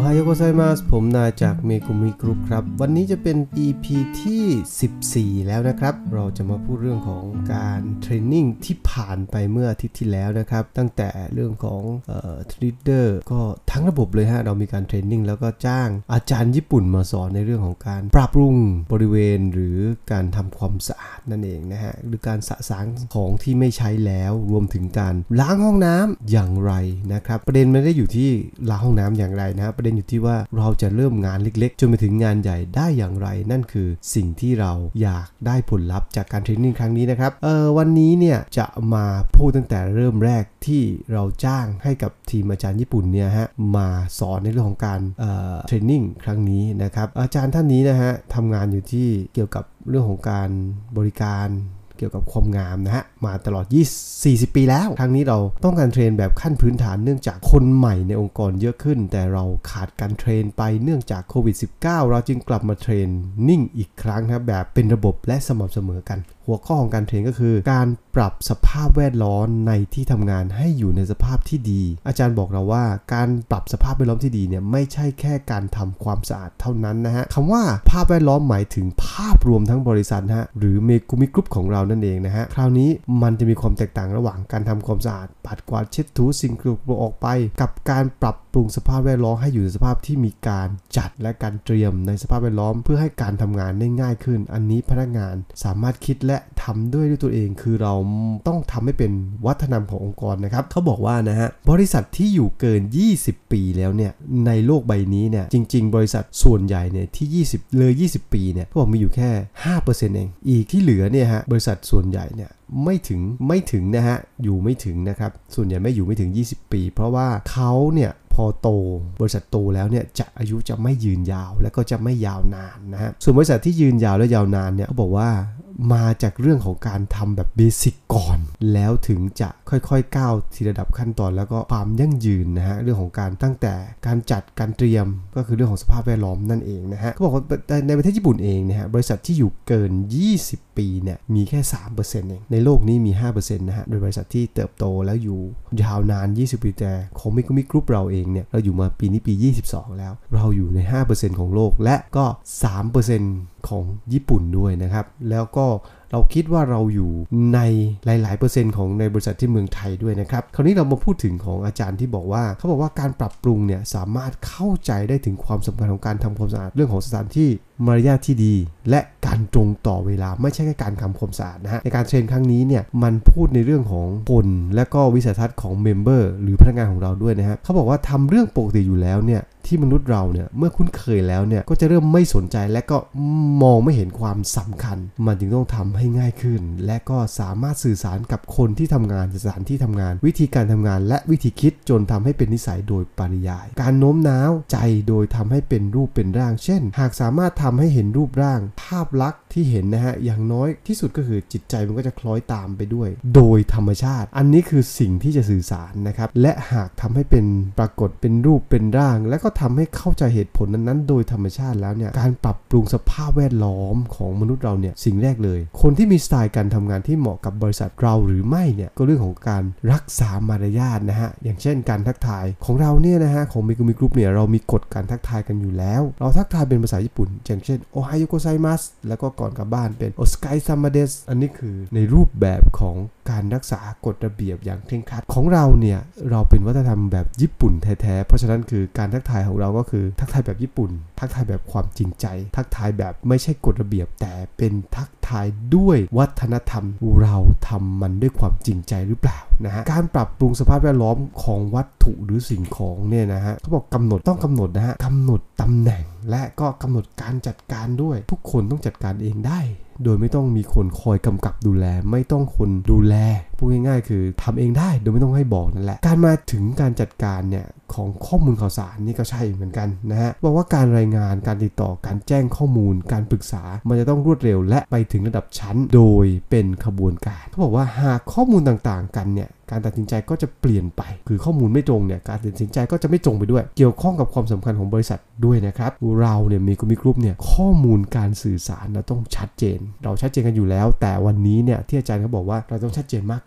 ฮายโกไซมัสผมนายจากเมกุมิกรุ๊ปครับวันนี้จะเป็น อี พี ที่สิบสี่แล้วนะครับเราจะมาพูดเรื่องของการเทรนนิ่งที่ผ่านไปเมื่ออาทิตย์ที่แล้วนะครับตั้งแต่เรื่องของเอ่อเทรดเดอร์ก็ทั้งระบบเลยฮะเรามีการเทรนนิ่งแล้วก็จ้างอาจารย์ญี่ปุ่นมาสอนในเรื่องของการปรับปรุงบริเวณหรือการทำความสะอาดนั่นเองนะฮะหรือการสะสางของที่ไม่ใช้แล้วรวมถึงการล้างห้องน้ำอย่างไรนะครับประเด็นไม่ได้อยู่ที่ล้างห้องน้ำอย่างไรนะประเด็นอยู่ที่ว่าเราจะเริ่มงานเล็กๆจนไปถึงงานใหญ่ได้อย่างไรนั่นคือสิ่งที่เราอยากได้ผลลัพธ์จากการเทรนนิ่งครั้งนี้นะครับเออวันนี้เนี่ยจะมาพูดตั้งแต่เริ่มแรกที่เราจ้างให้กับทีมอาจารย์ญี่ปุ่นเนี่ยฮะมาสอนในเรื่องของการเอ่อเทรนนิ่งครั้งนี้นะครับอาจารย์ท่านนี้นะฮะทำงานอยู่ที่เกี่ยวกับเรื่องของการบริการเกี่ยวกับความงามนะฮะมาตลอดยี่สิบ สี่สิบปีแล้วครั้งนี้เราต้องการเทรนแบบขั้นพื้นฐานเนื่องจากคนใหม่ในองค์กรเยอะขึ้นแต่เราขาดการเทรนไปเนื่องจากโควิด สิบเก้า เราจึงกลับมาเทรนนิ่งอีกครั้งครับแบบเป็นระบบและสม่ำเสมอกันหัวข้อของการเทรนก็คือการปรับสภาพแวดล้อมในที่ทำงานให้อยู่ในสภาพที่ดีอาจารย์บอกเราว่าการปรับสภาพแวดล้อมที่ดีเนี่ยไม่ใช่แค่การทำความสะอาดเท่านั้นนะฮะคำว่าภาพแวดล้อมหมายถึงภาพรวมทั้งบริษัทฮะหรือเมกุมิกรุ๊ปของเรานั่นเองนะฮะคราวนี้มันจะมีความแตกต่างระหว่างการทำความสะอาดปัดกวาดเช็ดถูสิ่งสกปรกออกไปกับการปรับปรุงสภาพแวดล้อมให้อยู่ในสภาพที่มีการจัดและการเตรียมในสภาพแวดล้อมเพื่อให้การทำงานได้ง่ายขึ้นอันนี้พนักงานสามารถคิดและทำด้วยด้วยตัวเองคือเราต้องทำให้เป็นวัฒนธรรมขององค์กรนะครับเขาบอกว่านะฮะบริษัทที่อยู่เกินยี่สิบปีแล้วเนี่ยในโลกใบนี้เนี่ยจริงๆบริษัทส่วนใหญ่เนี่ยที่ยี่สิบเลยยี่สิบปีเนี่ยเขาบอกมีอยู่แค่ ห้าเปอร์เซ็นต์ เองอีกที่เหลือเนี่ยฮะบริษัทส่วนใหญ่เนี่ยไม่ถึงไม่ถึงนะฮะอยู่ไม่ถึงนะครับส่วนใหญ่ไม่อยู่ไม่ถึงยี่สิบปีเพราะว่าเขาเนี่ยพอโตบริษัทโตแล้วเนี่ยจะอายุจะไม่ยืนยาวและก็จะไม่ยาวนานนะฮะส่วนบริษัทที่ยืนยาวและยาวนานเนี่ยเขาบอกว่ามาจากเรื่องของการทำแบบเบสิกก่อนแล้วถึงจะค่อยๆก้าวทีระดับขั้นตอนแล้วก็ความยั่งยืนนะฮะเรื่องของการตั้งแต่การจัดการเตรียมก็คือเรื่องของสภาพแวดล้อมนั่นเองนะฮะเขาบอกว่าในประเทศญี่ปุ่นเองเนี่ยฮะบริษัทที่อยู่เกินยี่สิบปีเนี่ยมีแค่ สามเปอร์เซ็นต์ เองในโลกนี้มี ห้าเปอร์เซ็นต์ นะฮะโดยบริษัทที่เติบโตแล้วอยู่ยาวนานยี่สิบปีแต่ของมิกุมิกรุ๊ปเราเองเนี่ยเราอยู่มาปีนี้ปียี่สิบสองแล้วเราอยู่ใน ห้าเปอร์เซ็นต์ ของโลกและก็ สามเปอร์เซ็นต์ ของญี่ปุ่นด้วยนะครับแล้วก็เราคิดว่าเราอยู่ในหลายๆเปอร์เซ็นต์ของในบริษัทที่เมืองไทยด้วยนะครับคราวนี้เรามาพูดถึงของอาจารย์ที่บอกว่าเขาบอกว่าการปรับปรุงเนี่ยสามารถเข้าใจได้ถึงความสำคัญของการทำความสะอาดเรื่องของสถานที่มารยาทที่ดีและการตรงต่อเวลาไม่ใช่แค่การทำความสะอาดนะฮะในการเทรนครั้งนี้เนี่ยมันพูดในเรื่องของคนและก็วิสัยทัศน์ของเมมเบอร์หรือพนักงานของเราด้วยนะฮะเขาบอกว่าทำเรื่องปกติอยู่แล้วเนี่ยที่มนุษย์เราเนี่ยเมื่อคุ้นเคยแล้วเนี่ยก็จะเริ่มไม่สนใจและก็มองไม่เห็นความสำคัญมันจึงต้องทำให้ง่ายขึ้นและก็สามารถสื่อสารกับคนที่ทำงานสถานที่ทำงานวิธีการทำงานและวิธีคิดจนทำให้เป็นนิสัยโดยปริยายการโน้มน้าวใจโดยทำให้เป็นรูปเป็นร่างเช่นหากสามารถทำให้เห็นรูปร่างภาพลักษณ์ที่เห็นนะฮะอย่างน้อยที่สุดก็คือจิตใจมันก็จะคล้อยตามไปด้วยโดยธรรมชาติอันนี้คือสิ่งที่จะสื่อสารนะครับและหากทำให้เป็นปรากฏเป็นรูปเป็นร่างและก็ทำให้เข้าใจเหตุผลนั้นๆโดยธรรมชาติแล้วเนี่ยการปรับปรุงสภาพแวดล้อมของมนุษย์เราเนี่ยสิ่งแรกเลยคนที่มีสไตล์การทำงานที่เหมาะกับบริษัทเราหรือไม่เนี่ยก็เรื่องของการรักษามารยาทนะฮะอย่างเช่นการทักทายของเราเนี่ยนะฮะของมิกุมิกรุ๊ปเนี่ยเรามีกฎการทักทายกันอยู่แล้วเราทักทายเป็นภาษาญี่ปุ่นอย่างเช่นโอไฮโยโกไซมัสแล้วก็ก่อนกลับบ้านเป็นโอสไกซัมมาเดสอันนี้คือในรูปแบบของการรักษากฎระเบียบอย่างเคร่งครัดของเราเนี่ยเราเป็นวัฒนธรรมแบบญี่ปุ่นแท้ๆเพราะฉะนั้นคือการทักทายของเราก็คือทักทายแบบญี่ปุ่นทักทายแบบความจริงใจทักทายแบบไม่ใช่กฎระเบียบแต่เป็นทักทายด้วยวัฒนธรรมเราทำมันด้วยความจริงใจหรือเปล่านะฮะการปรับปรุงสภาพแวดล้อมของวัตถุหรือสิ่งของเนี่ยนะฮะเขาบอกกำหนดต้องกำหนดนะฮะกำหนดตำแหน่งและก็กำหนดการจัดการด้วยทุกคนต้องจัดการเองได้โดยไม่ต้องมีคนคอยกำกับดูแลไม่ต้องคนดูแลพูดง่ายๆคือทำเองได้โดยไม่ต้องให้บอกนั่นแหละการมาถึงการจัดการเนี่ยของข้อมูลข่าวสารนี่ก็ใช่เหมือนกันนะฮะบอกว่าการรายงานการติดต่อการแจ้งข้อมูลการปรึกษามันจะต้องรวดเร็วและไปถึงระดับชั้นโดยเป็นขบวนการเขาบอกว่าหากข้อมูลต่างๆกันเนี่ยการตัดสินใจก็จะเปลี่ยนไปคือข้อมูลไม่ตรงเนี่ยการตัดสินใจก็จะไม่ตรงไปด้วยเกี่ยวข้องกับความสำคัญของบริษัทด้วยนะครับเราเนี่ยมีกลุ่มกรุ๊ปเนี่ยข้อมูลการสื่อสารเราต้องชัดเจนเราชัดเจนกันอยู่แล้วแต่วันนี้เนี่ยที่อาจารย์เขาบอกว่าเราต้องชัดเจนมาก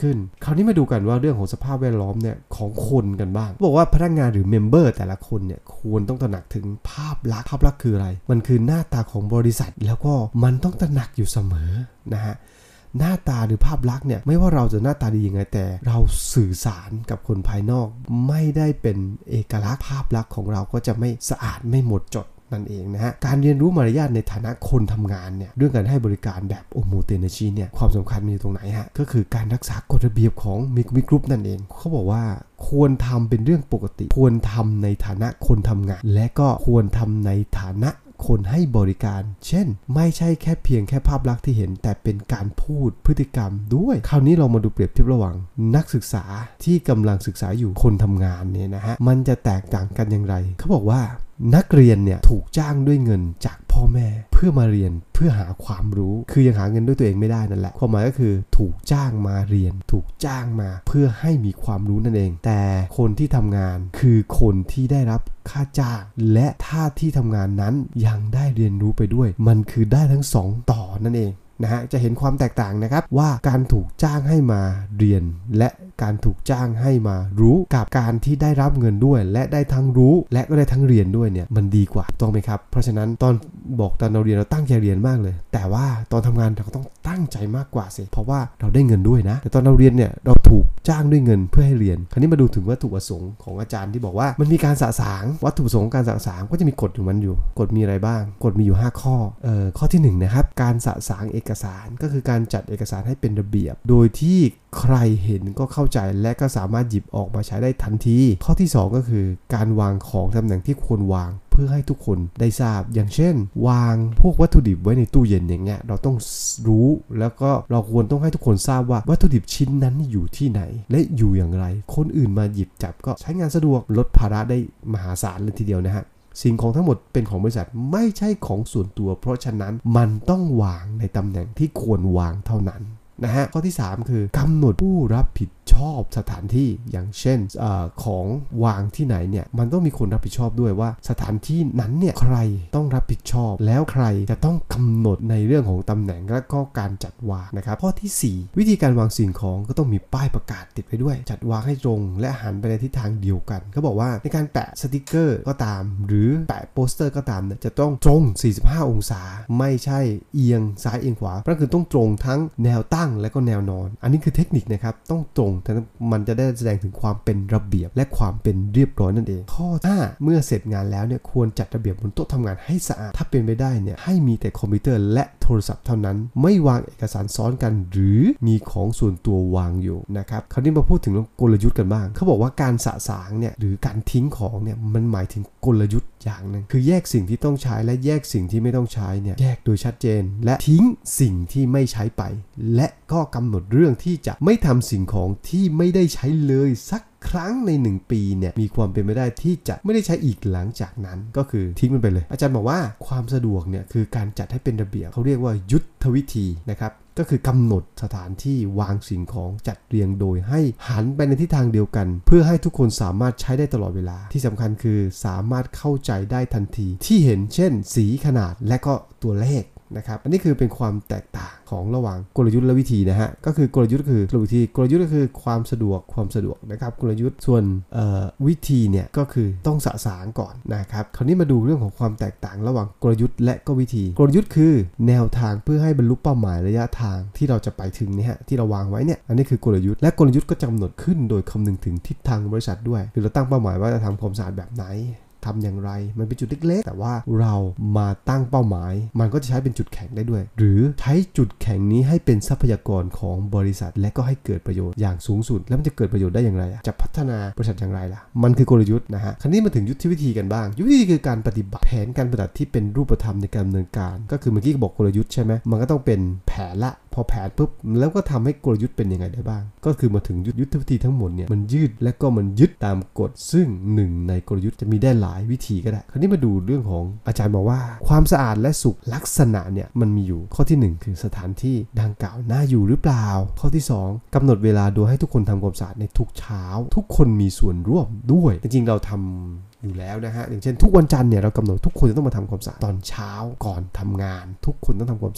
ขึ้นคราวนี้มาดูกันว่าเรื่องของสภาพแวดล้อมเนี่ยของคนกันบ้างบอกว่าพนักงานหรือเมมเบอร์แต่ละคนเนี่ยควรต้องตระหนักถึงภาพลักษณ์ภาพลักษณ์คืออะไรมันคือหน้าตาของบริษัทแล้วก็มันต้องตระหนักอยู่เสมอนะฮะหน้าตาหรือภาพลักษณ์เนี่ยไม่ว่าเราจะหน้าตาดียังไงแต่เราสื่อสารกับคนภายนอกไม่ได้เป็นเอกลักษณ์ภาพลักษณ์ของเราก็จะไม่สะอาดไม่หมดจดนั่นเองนะฮะการเรียนรู้มารยาทในฐานะคนทำงานเนี่ยเรื่องการให้บริการแบบโอโมเตเนชิเนี่ยความสำคัญมีอยู่ตรงไหนฮะก็คือการรักษากฎระเบียบของมิกุมิกรุ๊ปนั่นเองเขาบอกว่าควรทำเป็นเรื่องปกติควรทำในฐานะคนทำงานและก็ควรทำในฐานะคนให้บริการเช่นไม่ใช่แค่เพียงแค่ภาพลักษณ์ที่เห็นแต่เป็นการพูดพฤติกรรมด้วยคราวนี้เรามาดูเปรียบเทียบระหว่างนักศึกษาที่กำลังศึกษาอยู่คนทำงานเนี่ยนะฮะมันจะแตกต่างกันอย่างไรเขาบอกว่านักเรียนเนี่ยถูกจ้างด้วยเงินจากพ่อแม่เพื่อมาเรียนเพื่อหาความรู้คือยังหาเงินด้วยตัวเองไม่ได้นั่นแหละความหมายก็คือถูกจ้างมาเรียนถูกจ้างมาเพื่อให้มีความรู้นั่นเองแต่คนที่ทำงานคือคนที่ได้รับค่าจ้างและถ้าที่ทำงานนั้นยังได้เรียนรู้ไปด้วยมันคือได้ทั้งสองต่อนั่นเองนะฮะจะเห็นความแตกต่างนะครับว่าการถูกจ้างให้มาเรียนและการถูกจ้างให้มารู้กับการที่ได้รับเงินด้วยและได้ทั้งรู้และก็ได้ทั้งเรียนด้วยเนี่ยมันดีกว่าต้องไหมครับเพราะฉะนั้นตอนบอกตอนเราเรียนเราตั้งใจเรียนมากเลยแต่ว่าตอนทำงานเราต้องตั้งใจมากกว่าสิเพราะว่าเราได้เงินด้วยนะแต่ตอนเราเรียนเนี่ยเราถูกจ้างด้วยเงินเพื่อให้เรียนคราวนี้มาดูถึงวัตถุประสงค์ของอาจารย์ที่บอกว่ามันมีการสะสางวัตถุประสงค์การสะสางก็จะมีกฎอยู่มันอยู่กฎมีอะไรบ้างกฎมีอยู่ห้าข้อเอ่อข้อที่หนึ่งนะครับการสะสางเอกสารก็คือการจัดเอกสารให้เป็นระเบียบโดยที่ใครเห็นก็เข้าใจและก็สามารถหยิบออกมาใช้ได้ทันทีข้อที่สองก็คือการวางของตำแหน่งที่ควรวางเพื่อให้ทุกคนได้ทราบอย่างเช่นวางพวกวัตถุดิบไว้ในตู้เย็นอย่างเงี้ยเราต้องรู้แล้วก็เราควรต้องให้ทุกคนทราบว่าวัตถุดิบชิ้นนั้นอยู่ที่ไหนและอยู่อย่างไรคนอื่นมาหยิบจับก็ใช้งานสะดวกลดภาระได้มหาศาลเลยทีเดียวนะฮะสิ่งของทั้งหมดเป็นของบริษัทไม่ใช่ของส่วนตัวเพราะฉะนั้นมันต้องวางในตำแหน่งที่ควรวางเท่านั้นนะฮะข้อที่สามคือกำหนดผู้รับผิดชอบสถานที่อย่างเช่นเอ่อของวางที่ไหนเนี่ยมันต้องมีคนรับผิดชอบด้วยว่าสถานที่นั้นเนี่ยใครต้องรับผิดชอบแล้วใครจะต้องกำหนดในเรื่องของตำแหน่งและก็การจัดวางนะครับข้อที่สี่วิธีการวางสิ่งของก็ต้องมีป้ายประกาศติดไว้ด้วยจัดวางให้ตรงและหันไปในทิศทางเดียวกันเขาบอกว่าในการแปะสติกเกอร์ก็ตามหรือแปะโปสเตอร์ก็ตามเนี่ยจะต้องตรงสี่สิบห้าองศาไม่ใช่เอียงซ้ายเอียงขวาก็คือต้องตรงทั้งแนวตั้งและก็แนวนอนอันนี้คือเทคนิคนะครับต้องตรงแต่มันจะได้แสดงถึงความเป็นระเบียบและความเป็นเรียบร้อยนั่นเองข้อห้าเมื่อเสร็จงานแล้วเนี่ยควรจัดระเบียบบนโต๊ะทำงานให้สะอาดถ้าเป็นไปได้เนี่ยให้มีแต่คอมพิวเตอร์และโทรศัพท์เท่านั้นไม่วางเอกสารซ้อนกันหรือมีของส่วนตัววางอยู่นะครับคราวนี้มาพูดถึงกลยุทธ์กันบ้างเขาบอกว่าการสะสางเนี่ยหรือการทิ้งของเนี่ยมันหมายถึงกลยุทธ์อย่างนึงคือแยกสิ่งที่ต้องใช้และแยกสิ่งที่ไม่ต้องใช้เนี่ยแยกโดยชัดเจนและทิ้งสิ่งที่ไม่ใช้ไปและก็กำหนดเรื่องที่จะไม่ทำสิ่งของที่ไม่ได้ใช้เลยสักครั้งในหนึ่งปีเนี่ยมีความเป็นไปได้ที่จะไม่ได้ใช้อีกหลังจากนั้นก็คือทิ้งมันไปเลยอาจารย์บอกว่าความสะดวกเนี่ยคือการจัดให้เป็นระเบียบเขาเรียกว่ายุทธวิธีนะครับก็คือกำหนดสถานที่วางสิ่งของจัดเรียงโดยให้หันไปในทิศทางเดียวกันเพื่อให้ทุกคนสามารถใช้ได้ตลอดเวลาที่สำคัญคือสามารถเข้าใจได้ทันทีที่เห็นเช่นสีขนาดและก็ตัวเลขนะครับอันนี้คือเป็นความแตกต่างของระหว่างกลยุทธ์และวิธีนะฮะก็คือกลยุทธ์ก็คือกลวิธีกลยุทธ์ก็คือความสะดวกความสะดวกนะครับกลยุทธ์ส่วนวิธีเนี่ยก็คือต้องสะสางก่อนนะครับคราวนี้มาดูเรื่องของความแตกต่างระหว่างกลยุทธ์และก็วิธีกลยุทธ์คือแนวทางเพื่อให้บรรลุเป้าหมายระยะทางที่เราจะไปถึงเนี่ยฮะที่เราวางไว้เนี่ยอันนี้คือกลยุทธ์และกลยุทธ์ก็จะกำหนดขึ้นโดยคำนึงถึงทิศทางบริษัทด้วยคือเราตั้งเป้าหมายว่าจะทำความสะอาดแบบไหนทำอย่างไรมันเป็นจุดเล็กๆแต่ว่าเรามาตั้งเป้าหมายมันก็จะใช้เป็นจุดแข็งได้ด้วยหรือใช้จุดแข็งนี้ให้เป็นทรัพยากรของบริษัทและก็ให้เกิดประโยชน์อย่างสูงสุดแล้วมันจะเกิดประโยชน์ได้อย่างไรจะพัฒนาบริษัทอย่างไรล่ะมันคือกลยุทธ์นะฮะคราวนี้มาถึงยุทธวิธีกันบ้างยุทธวิธีคือการปฏิบัติแผนการปฏิบัติที่เป็นรูปธรรมในการดำเนินการก็คือเมื่อกี้บอกกลยุทธ์ใช่ไหมมันก็ต้องเป็นแผนละพอแผนปุ๊บแล้วก็ทำให้กลยุทธ์เป็นยังไงได้บ้างก็คือมาถึงยุทธวิธีทั้งหมดเนี่ยมันยืดและก็มันยึดตามกฎซึ่งหนึ่งในกลยุทธ์จะมีได้หลายวิธีก็ได้คราวนี้มาดูเรื่องของอาจารย์บอกว่าความสะอาดและสุขลักษณะเนี่ยมันมีอยู่ข้อที่หนึ่งคือสถานที่ดังกล่าวน่าอยู่หรือเปล่าข้อที่สองกำหนดเวลาโดยให้ทุกคนทำความสะอาดในทุกเช้าทุกคนมีส่วนร่วมด้วยจริงๆเราทำอยู่แล้วนะฮะอย่างเช่นทุกวันจันทร์เนี่ยเรากำหนดทุกคนจะต้องมาทำความสะอาดตอนเช้าก่อนทำงานทุกคนต้องทำความสะอาด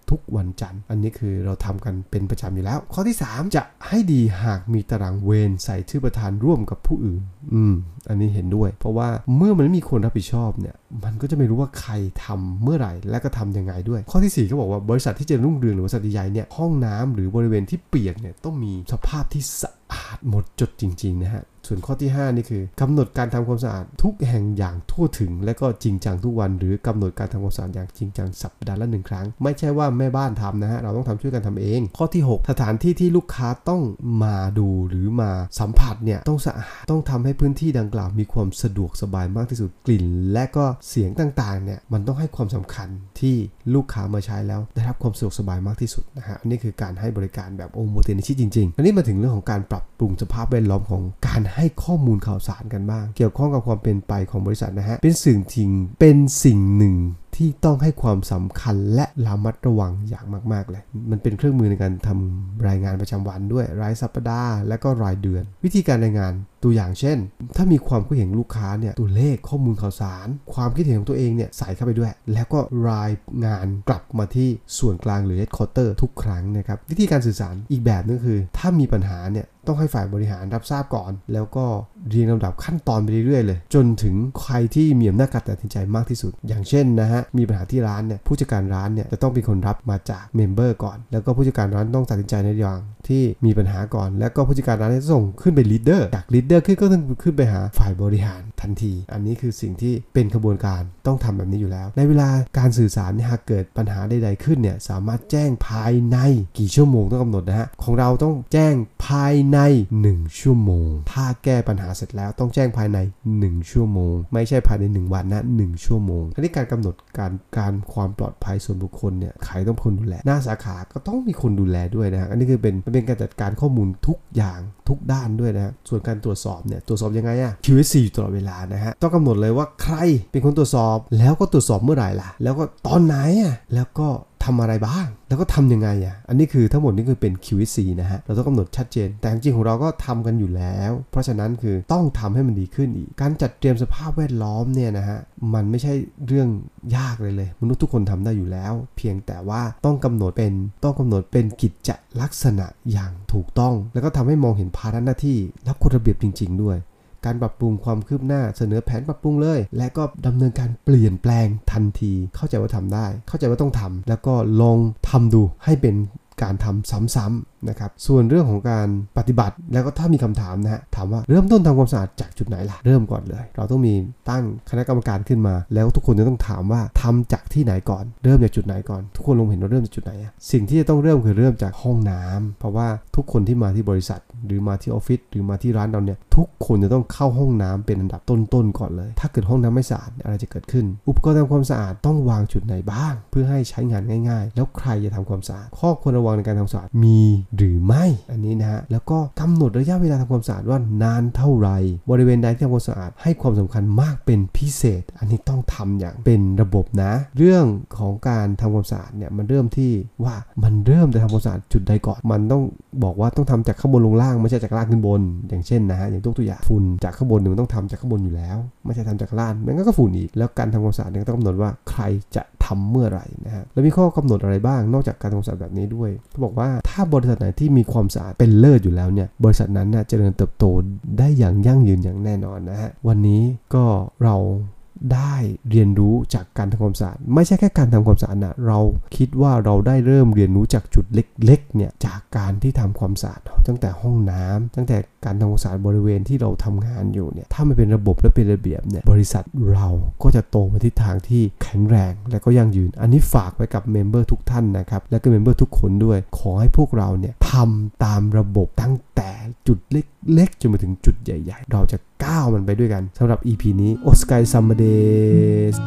ทุกวันจันทร์อันนี้คือเราทำกันเป็นประจำอยู่แล้วข้อที่สามจะให้ดีหากมีตารางเวรใส่ชื่อประธานร่วมกับผู้อื่นอืมอันนี้เห็นด้วยเพราะว่าเมื่อมันไม่มีคนรับผิดชอบเนี่ยมันก็จะไม่รู้ว่าใครทำเมื่อไหร่และก็ทำยังไงด้วยข้อที่สี่เขาบอกว่าบริษัทที่จะรุ่งเรืองหรือบริษัทใหญ่เนี่ยห้องน้ำหรือบริเวณที่เปียกเนี่ยต้องมีสภาพที่สะอาดหมดจดจริงๆนะฮะส่วนข้อที่ห้านี่คือกำหนดการทำความสะอาดทุกแห่งอย่างทั่วถึงและก็จริงจังทุกวันหรือกำหนดการทำความสะอาดอย่างจริงจังสัปดาห์ละหนึ่งครั้งไม่ใช่ว่าแม่บ้านทำนะฮะเราต้องทำช่วยกันทำเองข้อที่หกสถานที่ที่ลูกค้าต้องมาดูหรือมาสัมผัสเนี่ยต้องสะอาดต้องทำให้พื้นที่ดังกล่าวมีความสะดวกสบายมากที่สุดกลิ่นและก็เสียงต่างๆเนี่ยมันต้องให้ความสำคัญที่ลูกค้ามาใช้แล้วได้รับความสะดวกสบายมากที่สุดนะฮะอันนี้คือการให้บริการแบบโอโมเทนิชิจริงๆอันนี้มาถึงเรื่องของการปรับปรุงสภาพแวดล้อมของการให้ข้อมูลข่าวสารกันบ้างเกี่ยวข้องกับความเป็นไปของบริษัทนะฮะเป็นสิ่งทิ้งเป็นสิ่งหนึ่งที่ต้องให้ความสำคัญและระมัดระวังอย่างมากๆเลยมันเป็นเครื่องมือในการทำรายงานประจำวันด้วยรายสัปดาห์และก็รายเดือนวิธีการรายงานตัวอย่างเช่นถ้ามีความคิดเห็นลูกค้าเนี่ยตัวเลขข้อมูลข่าวสารความคิดเห็นของตัวเองเนี่ยใส่เข้าไปด้วยแล้วก็รายงานกลับมาที่ส่วนกลางหรือ headquarter ทุกครั้งนะครับวิธีการสื่อสารอีกแบบนึงคือถ้ามีปัญหาเนี่ยต้องให้ฝ่ายบริหารรับทราบก่อนแล้วก็เรียงลำดับขั้นตอนไปเรื่อยๆเลยจนถึงใครที่มีอำนาจการตัดสินใจมากที่สุดอย่างเช่นนะฮะมีปัญหาที่ร้านเนี่ยผู้จัดการร้านเนี่ยจะต้องเป็นคนรับมาจากเมมเบอร์ก่อนแล้วก็ผู้จัดการร้านต้องตัดสินใจในอย่างที่มีปัญหาก่อนแล้วก็ผู้จัดการร้านจะส่งขึ้นไปลีดเดอร์จากลีดเดอร์ขึ้นก็ต้องขึ้นไปหาฝ่ายบริหารทันทีอันนี้คือสิ่งที่เป็นขบวนการต้องทำแบบนี้อยู่แล้วในเวลาการสื่อสารเนี่ยหากเกิดปัญหาใดๆขึ้นเนี่ยสามารถแจ้งภายในกี่ชั่วโมงต้องกำหนดนะฮะของเราต้องแจ้งภายในหนึ่งชั่วโมงถ้าแก้ปัญหาเสร็จแล้วต้องแจ้งภายในหนึ่งชั่วโมงไม่ใช่ภายในหนึ่งวันนะหนึ่งชั่วโมงอันนี้การกำหนดการการความปลอดภัยส่วนบุคคลเนี่ยใครต้องเป็นคนดูแลหน้าสาขาก็ต้องมีคนดูแลด้วยนะฮะอันนี้คือเป็นเป็นการจัดการข้อมูลทุกอย่างทุกด้านด้วยนะฮะส่วนการตรวจสอบเนี่ยตรวจสอบยังไงอะ คิว เอส ซี อยู่ตลอดเวลานะฮะต้องกำหนดเลยว่าใครเป็นคนตรวจสอบแล้วก็ตรวจสอบเมื่อไหร่ล่ะแล้วก็ตอนไหนอ่ะแล้วก็ทำอะไรบ้างแล้วก็ทำยังไงอ่ะอันนี้คือทั้งหมดนี่คือเป็น คิว เอส ซี นะฮะเราต้องกำหนดชัดเจนแต่จริงๆของเราก็ทำกันอยู่แล้วเพราะฉะนั้นคือต้องทำให้มันดีขึ้นอีกการจัดเตรียมสภาพแวดล้อมเนี่ยนะฮะมันไม่ใช่เรื่องยากเลยเลยมนุษย์ทุกคนทำได้อยู่แล้วเพียงแต่ว่าต้องกำหนดเป็นต้องกำหนดเป็นกิจลักษณะอย่างถูกต้องแล้วก็ทำให้มองเห็นภาระหน้าที่และกฎระเบียบจริงๆด้วยการปรับปรุงความคืบหน้าเสนอแผนปรับปรุงเลยและก็ดำเนินการเปลี่ยนแปลงทันทีเข้าใจว่าทำได้เข้าใจว่าต้องทำแล้วก็ลองทำดูให้เป็นการทำซ้ำๆนะครับส่วนเรื่องของการปฏิบัติแล้วก็ถ้ามีคำถามนะฮะถามว่าเริ่มต้นทำความสะอาดจากจุดไหนล่ะเริ่มก่อนเลยเราต้องมีตั้งคณะกรรมการขึ้นมาแล้วทุกคนจะต้องถามว่าทำจากที่ไหนก่อนเริ่มจากจุดไหนก่อนทุกคนลงเห็นว่าเริ่มจากจุดไหนอะสิ่งที่จะต้องเริ่มคือเริ่มจากห้องน้ำเพราะว่าทุกคนที่มาที่บริษัทหรือมาที่ออฟฟิศหรือมาที่ร้านเราเนี่ยทุกคนจะต้องเข้าห้องน้ำเป็นอันดับต้นๆก่อนเลยถ้าเกิดห้องน้ำไม่สะอาดอะไรจะเกิดขึ้นอุปกรณ์ทำความสะอาดต้องวางจุดไหนบ้างเพื่อให้ใช้งานง่ายๆแล้วใครจะทำความสะอาดข้อควรระวังในการทำความสะอาดมีหรือไม่อันนี้นะฮะแล้วก็กำหนดระยะเวลาทำความสะอาดว่านานเท่าไหร่บริเวณใดที่ทำความสะอาดให้ความสำคัญมากเป็นพิเศษอันนี้ต้องทำอย่างเป็นระบบนะเรื่องของการทำความสะอาดเนี่ยมันเริ่มที่ว่ามันเริ่มจะทำความสะอาดจุดใดก่อนมันต้องบอกว่าต้องทำจากข้างบนลงล่างไม่ใช่จากล่างขึ้นบนอย่างเช่นนะฮะอย่างตัวอย่างฝุ่นจากข้างบนมันต้องทำจากข้างบนอยู่แล้วไม่ใช่ทำจากล่างมันก็ฝุ่นอีกแล้วการทำความสะอาดเนี่ยต้องกำหนดว่าใครจะทำเมื่อไหร่นะฮะแล้วมีข้อกำหนดอะไรบ้างนอกจากการทำความสะอาดแบบนี้ด้วยเขาบอกว่าถ้าบริษัทไหนที่มีความสะอาดเป็นเลิศอยู่แล้วเนี่ยบริษัทนั้นน่ะเจริญเติบโตได้อย่างยั่งยืนอย่างแน่นอนนะฮะวันนี้ก็เราได้เรียนรู้จากการทำความสะอาดไม่ใช่แค่การทำความสะอาดนะเราคิดว่าเราได้เริ่มเรียนรู้จากจุดเล็กๆเนี่ยจากการที่ทำความสะอาดตั้งแต่ห้องน้ำตั้งแต่การทำความสะอาดบริเวณที่เราทำงานอยู่เนี่ยถ้ามันเป็นระบบและเป็นระเบียบเนี่ยบริษัทเราก็จะโตไปทิศทางที่แข็งแรงและก็ยั่งยืนอันนี้ฝากไว้กับเมมเบอร์ทุกท่านนะครับและก็เมมเบอร์ทุกคนด้วยขอให้พวกเราเนี่ยทำตามระบบตั้งแต่จุดเล็กๆจนมาถึงจุดใหญ่ๆเราจะก้าวมันไปด้วยกันสำหรับ อี พี นี้โอสกายซัมเมเดส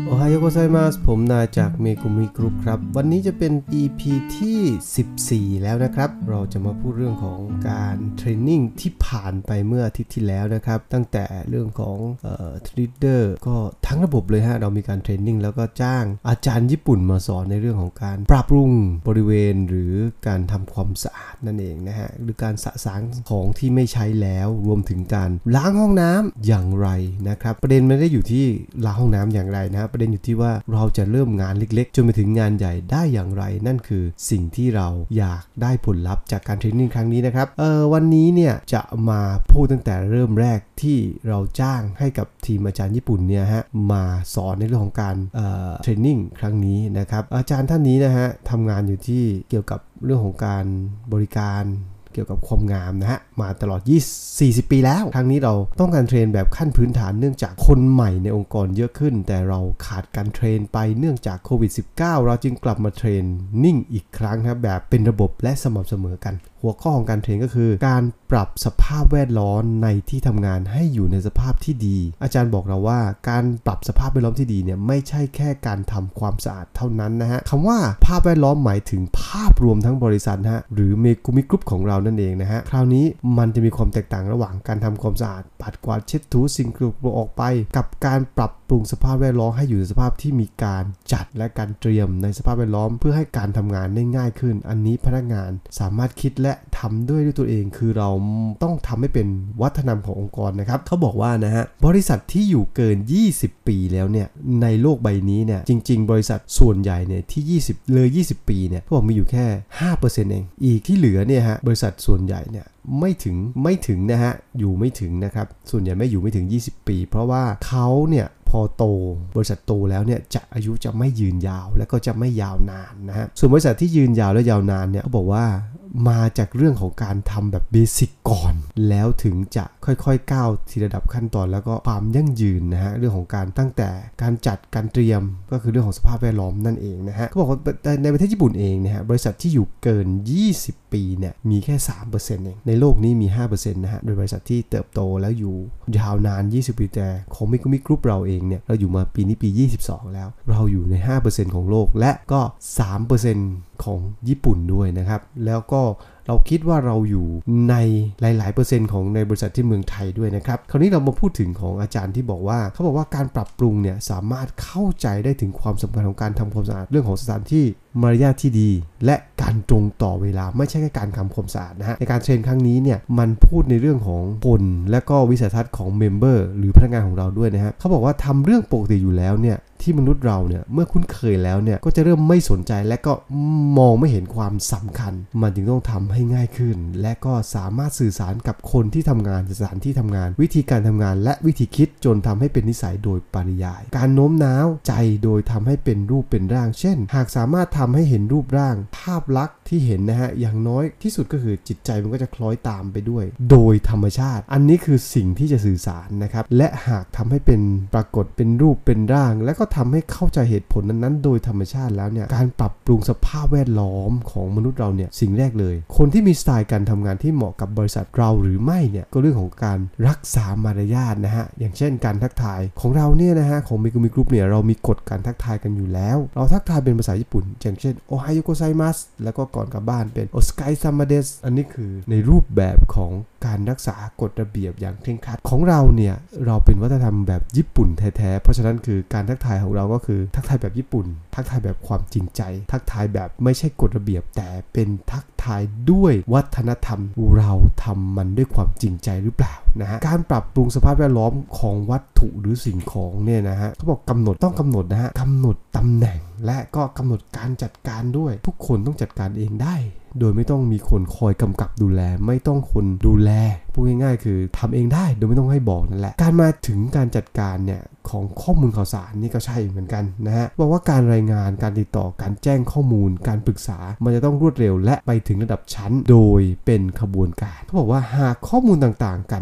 โอไฮโอโกไซมัสผมนายจากเมกุมิกรุ๊ปครับวันนี้จะเป็น อี พี ที่สิบสี่แล้วนะครับเราจะมาพูดเรื่องของการเทรนนิ่งที่ผ่านไปเมื่ออาทิตย์ที่แล้วนะครับตั้งแต่เรื่องของเอ่อทรีดเดอร์ก็ทั้งระบบเลยฮะเรามีการเทรนนิ่งแล้วก็จ้างอาจารย์ญี่ปุ่นมาสอนในเรื่องของการปรับปรุงบริเวณหรือการทำความสะอาดนั่นเองนะฮะหรือการสะสางของที่ไม่ใช้แล้วรวมถึงการล้างห้องน้ำอย่างไรนะครับประเด็นไม่ได้อยู่ที่ล้างห้องน้ำอย่างไรนะประเด็นอยู่ที่ว่าเราจะเริ่มงานเล็กๆจนไปถึงงานใหญ่ได้อย่างไรนั่นคือสิ่งที่เราอยากได้ผลลัพธ์จากการเทรนนิ่งครั้งนี้นะครับเอ่อวันนี้เนี่ยจะมาพูดตั้งแต่เริ่มแรกที่เราจ้างให้กับทีมอาจารย์ญี่ปุ่นเนี่ยฮะมาสอนในเรื่องของการเอ่อเทรนนิ่งครั้งนี้นะครับอาจารย์ท่านนี้นะฮะทำงานอยู่ที่เกี่ยวกับเรื่องของการบริการเกี่ยวกับความงามนะฮะมาตลอดยี่สิบ สี่สิบปีแล้วครั้งนี้เราต้องการเทรนแบบขั้นพื้นฐานเนื่องจากคนใหม่ในองค์กรเยอะขึ้นแต่เราขาดการเทรนไปเนื่องจากโควิด สิบเก้า เราจึงกลับมาเทรนนิ่งอีกครั้งครับแบบเป็นระบบและสม่ำเสมอกันหัวข้อของการเทรนก็คือการปรับสภาพแวดล้อมในที่ทำงานให้อยู่ในสภาพที่ดีอาจารย์บอกเราว่าการปรับสภาพแวดล้อมที่ดีเนี่ยไม่ใช่แค่การทำความสะอาดเท่านั้นนะฮะคำว่าภาพแวดล้อมหมายถึงภาพรวมทั้งบริษัทฮะหรือเมกุมิกรุ๊ปของเรานั่นเองนะฮะคราวนี้มันจะมีความแตกต่างระหว่างการทำความสะอาดปัดกวาดเช็ดถูสิ่งสกปรกออกไปกับการปรับปรุงสภาพแวดล้อมให้อยู่ในสภาพที่มีการจัดและการเตรียมในสภาพแวดล้อมเพื่อให้การทำงานได้ง่ายขึ้นอันนี้พนักงานสามารถคิดและทำด้วยด้วยตัวเองคือเราต้องทำให้เป็นวัฒนธรรมขององค์กรนะครับเขาบอกว่านะฮะบริษัทที่อยู่เกินยี่สิบปีแล้วเนี่ยในโลกใบนี้เนี่ยจริงๆบริษัทส่วนใหญ่เนี่ยที่ยี่สิบเลยยี่สิบปีเนี่ยเขาบอกมีอยู่แค่ ห้าเปอร์เซ็นต์ เองอีกที่เหลือเนี่ยฮะบริษัทส่วนใหญ่เนี่ยไม่ถึงไม่ถึงนะฮะอยู่ไม่ถึงนะครับส่วนใหญ่ไม่อยู่ไม่ถึงยี่สิบปีเพราะว่าเขาเนี่ยพอโตบริษัทโตแล้วเนี่ยจะอายุจะไม่ยืนยาวและก็จะไม่ยาวนานนะฮะส่วนบริษัทที่ยืนยาวและยาวนานเนี่ยเขาบอกว่ามาจากเรื่องของการทำแบบเบสิกก่อนแล้วถึงจะค่อยๆก้าวทีระดับขั้นตอนแล้วก็ความยั่งยืนนะฮะเรื่องของการตั้งแต่การจัดการเตรียมก็คือเรื่องของสภาพแวดล้อมนั่นเองนะฮะเขาบอกว่าในประเทศญี่ปุ่นเองเนี่ยฮะบริษัทที่อยู่เกินยี่สิบปีเนี่ยมีแค่ สามเปอร์เซ็นต์ เองในโลกนี้มี ห้าเปอร์เซ็นต์ นะฮะโดยบริษัทที่เติบโตแล้วอยู่ยาวนานยี่สิบปีแต่ของมิกุมิกรุ๊ปเราเองเนี่ยเราอยู่มาปีนี้ปียี่สิบสองแล้วเราอยู่ใน ห้าเปอร์เซ็นต์ ของโลกและก็ สามเปอร์เซ็นต์ ของญี่ปุ่นด้วยนะครับแล้วก็เราคิดว่าเราอยู่ในหลายๆเปอร์เซ็นต์ของในบริษัทที่เมืองไทยด้วยนะครับคราวนี้เรามาพูดถึงของอาจารย์ที่บอกว่าเขาบอกว่าการปรับปรุงเนี่ยสามารถเข้าใจได้ถึงความสำคัญของการทำความสะอาดเรื่องของสถานที่มารยาทที่ดีและการตรงต่อเวลาไม่ใช่แค่การทำความสะอาดนะฮะในการเทรนครั้งนี้เนี่ยมันพูดในเรื่องของคนและก็วิสัยทัศน์ของเมมเบอร์หรือพนักงานของเราด้วยนะฮะเขาบอกว่าทำเรื่องปกติอยู่แล้วเนี่ยที่มนุษย์เราเนี่ยเมื่อคุ้นเคยแล้วเนี่ยก็จะเริ่มไม่สนใจและก็มองไม่เห็นความสำคัญมันจึงต้องทำให้ง่ายขึ้นและก็สามารถสื่อสารกับคนที่ทำงานสถานที่ทำงานวิธีการทำงานและวิธีคิดจนทำให้เป็นนิสัยโดยปริยายการโน้มน้าวใจโดยทำให้เป็นรูปเป็นร่างเช่นหากสามารถทำให้เห็นรูปร่างภาพลักษณ์ที่เห็นนะฮะอย่างน้อยที่สุดก็คือจิตใจมันก็จะคล้อยตามไปด้วยโดยธรรมชาติอันนี้คือสิ่งที่จะสื่อสารนะครับและหากทำให้เป็นปรากฏเป็นรูปเป็นร่างและก็ทำให้เข้าใจเหตุผลนั้นๆโดยธรรมชาติแล้วเนี่ยการปรับปรุงสภาพแวดล้อมของมนุษย์เราเนี่ยสิ่งแรกเลยคนที่มีสไตล์การทำงานที่เหมาะกับบริษัทเราหรือไม่เนี่ยก็เรื่องของการรักษามารยาทนะฮะอย่างเช่นการทักทายของเราเนี่ยนะฮะของมิกุมิกรุ๊ปเนี่ยเรามีกฎการทักทายกันอยู่แล้วเราทักทายเป็นภาษาญี่ปุ่นอย่างเช่นโอไฮโอโกไซมัสแล้วก็ก่อนกลับบ้านเป็นโอสไกซัมมาเดสอันนี้คือในรูปแบบของการรักษากฎระเบียบอย่างเคร่งครัดของเราเนี่ยเราเป็นวัฒนธรรมแบบญี่ปุ่นแท้ๆเพราะฉะนั้นคือการทักทายของเราก็คือทักทายแบบญี่ปุ่นทักทายแบบความจริงใจทักทายแบบไม่ใช่กฎระเบียบแต่เป็นทักทายด้วยวัฒนธรรมเราทำมันด้วยความจริงใจหรือเปล่านะฮะการปรับปรุงสภาพแวดล้อมของวัตถุหรือสิ่งของเนี่ยนะฮะเขาบอกกำหนดต้องกำหนดนะฮะกำหนดตำแหน่งและก็กำหนดการจัดการด้วยทุกคนต้องจัดการเองได้โดยไม่ต้องมีคนคอยกำกับดูแลไม่ต้องคนดูแลพูดง่ายๆคือทำเองได้โดยไม่ต้องให้บอกนั่นแหละการมาถึงการจัดการเนี่ยของข้อมูลข่าวสารนี่ก็ใช่เหมือนกันนะฮะบอกว่าการรายงานการติดต่อการแจ้งข้อมูลการปรึกษามันจะต้องรวดเร็วและไปถึงระดับชั้นโดยเป็นขบวนการเขาบอกว่าหากข้อมูลต่างๆกันเนี่ย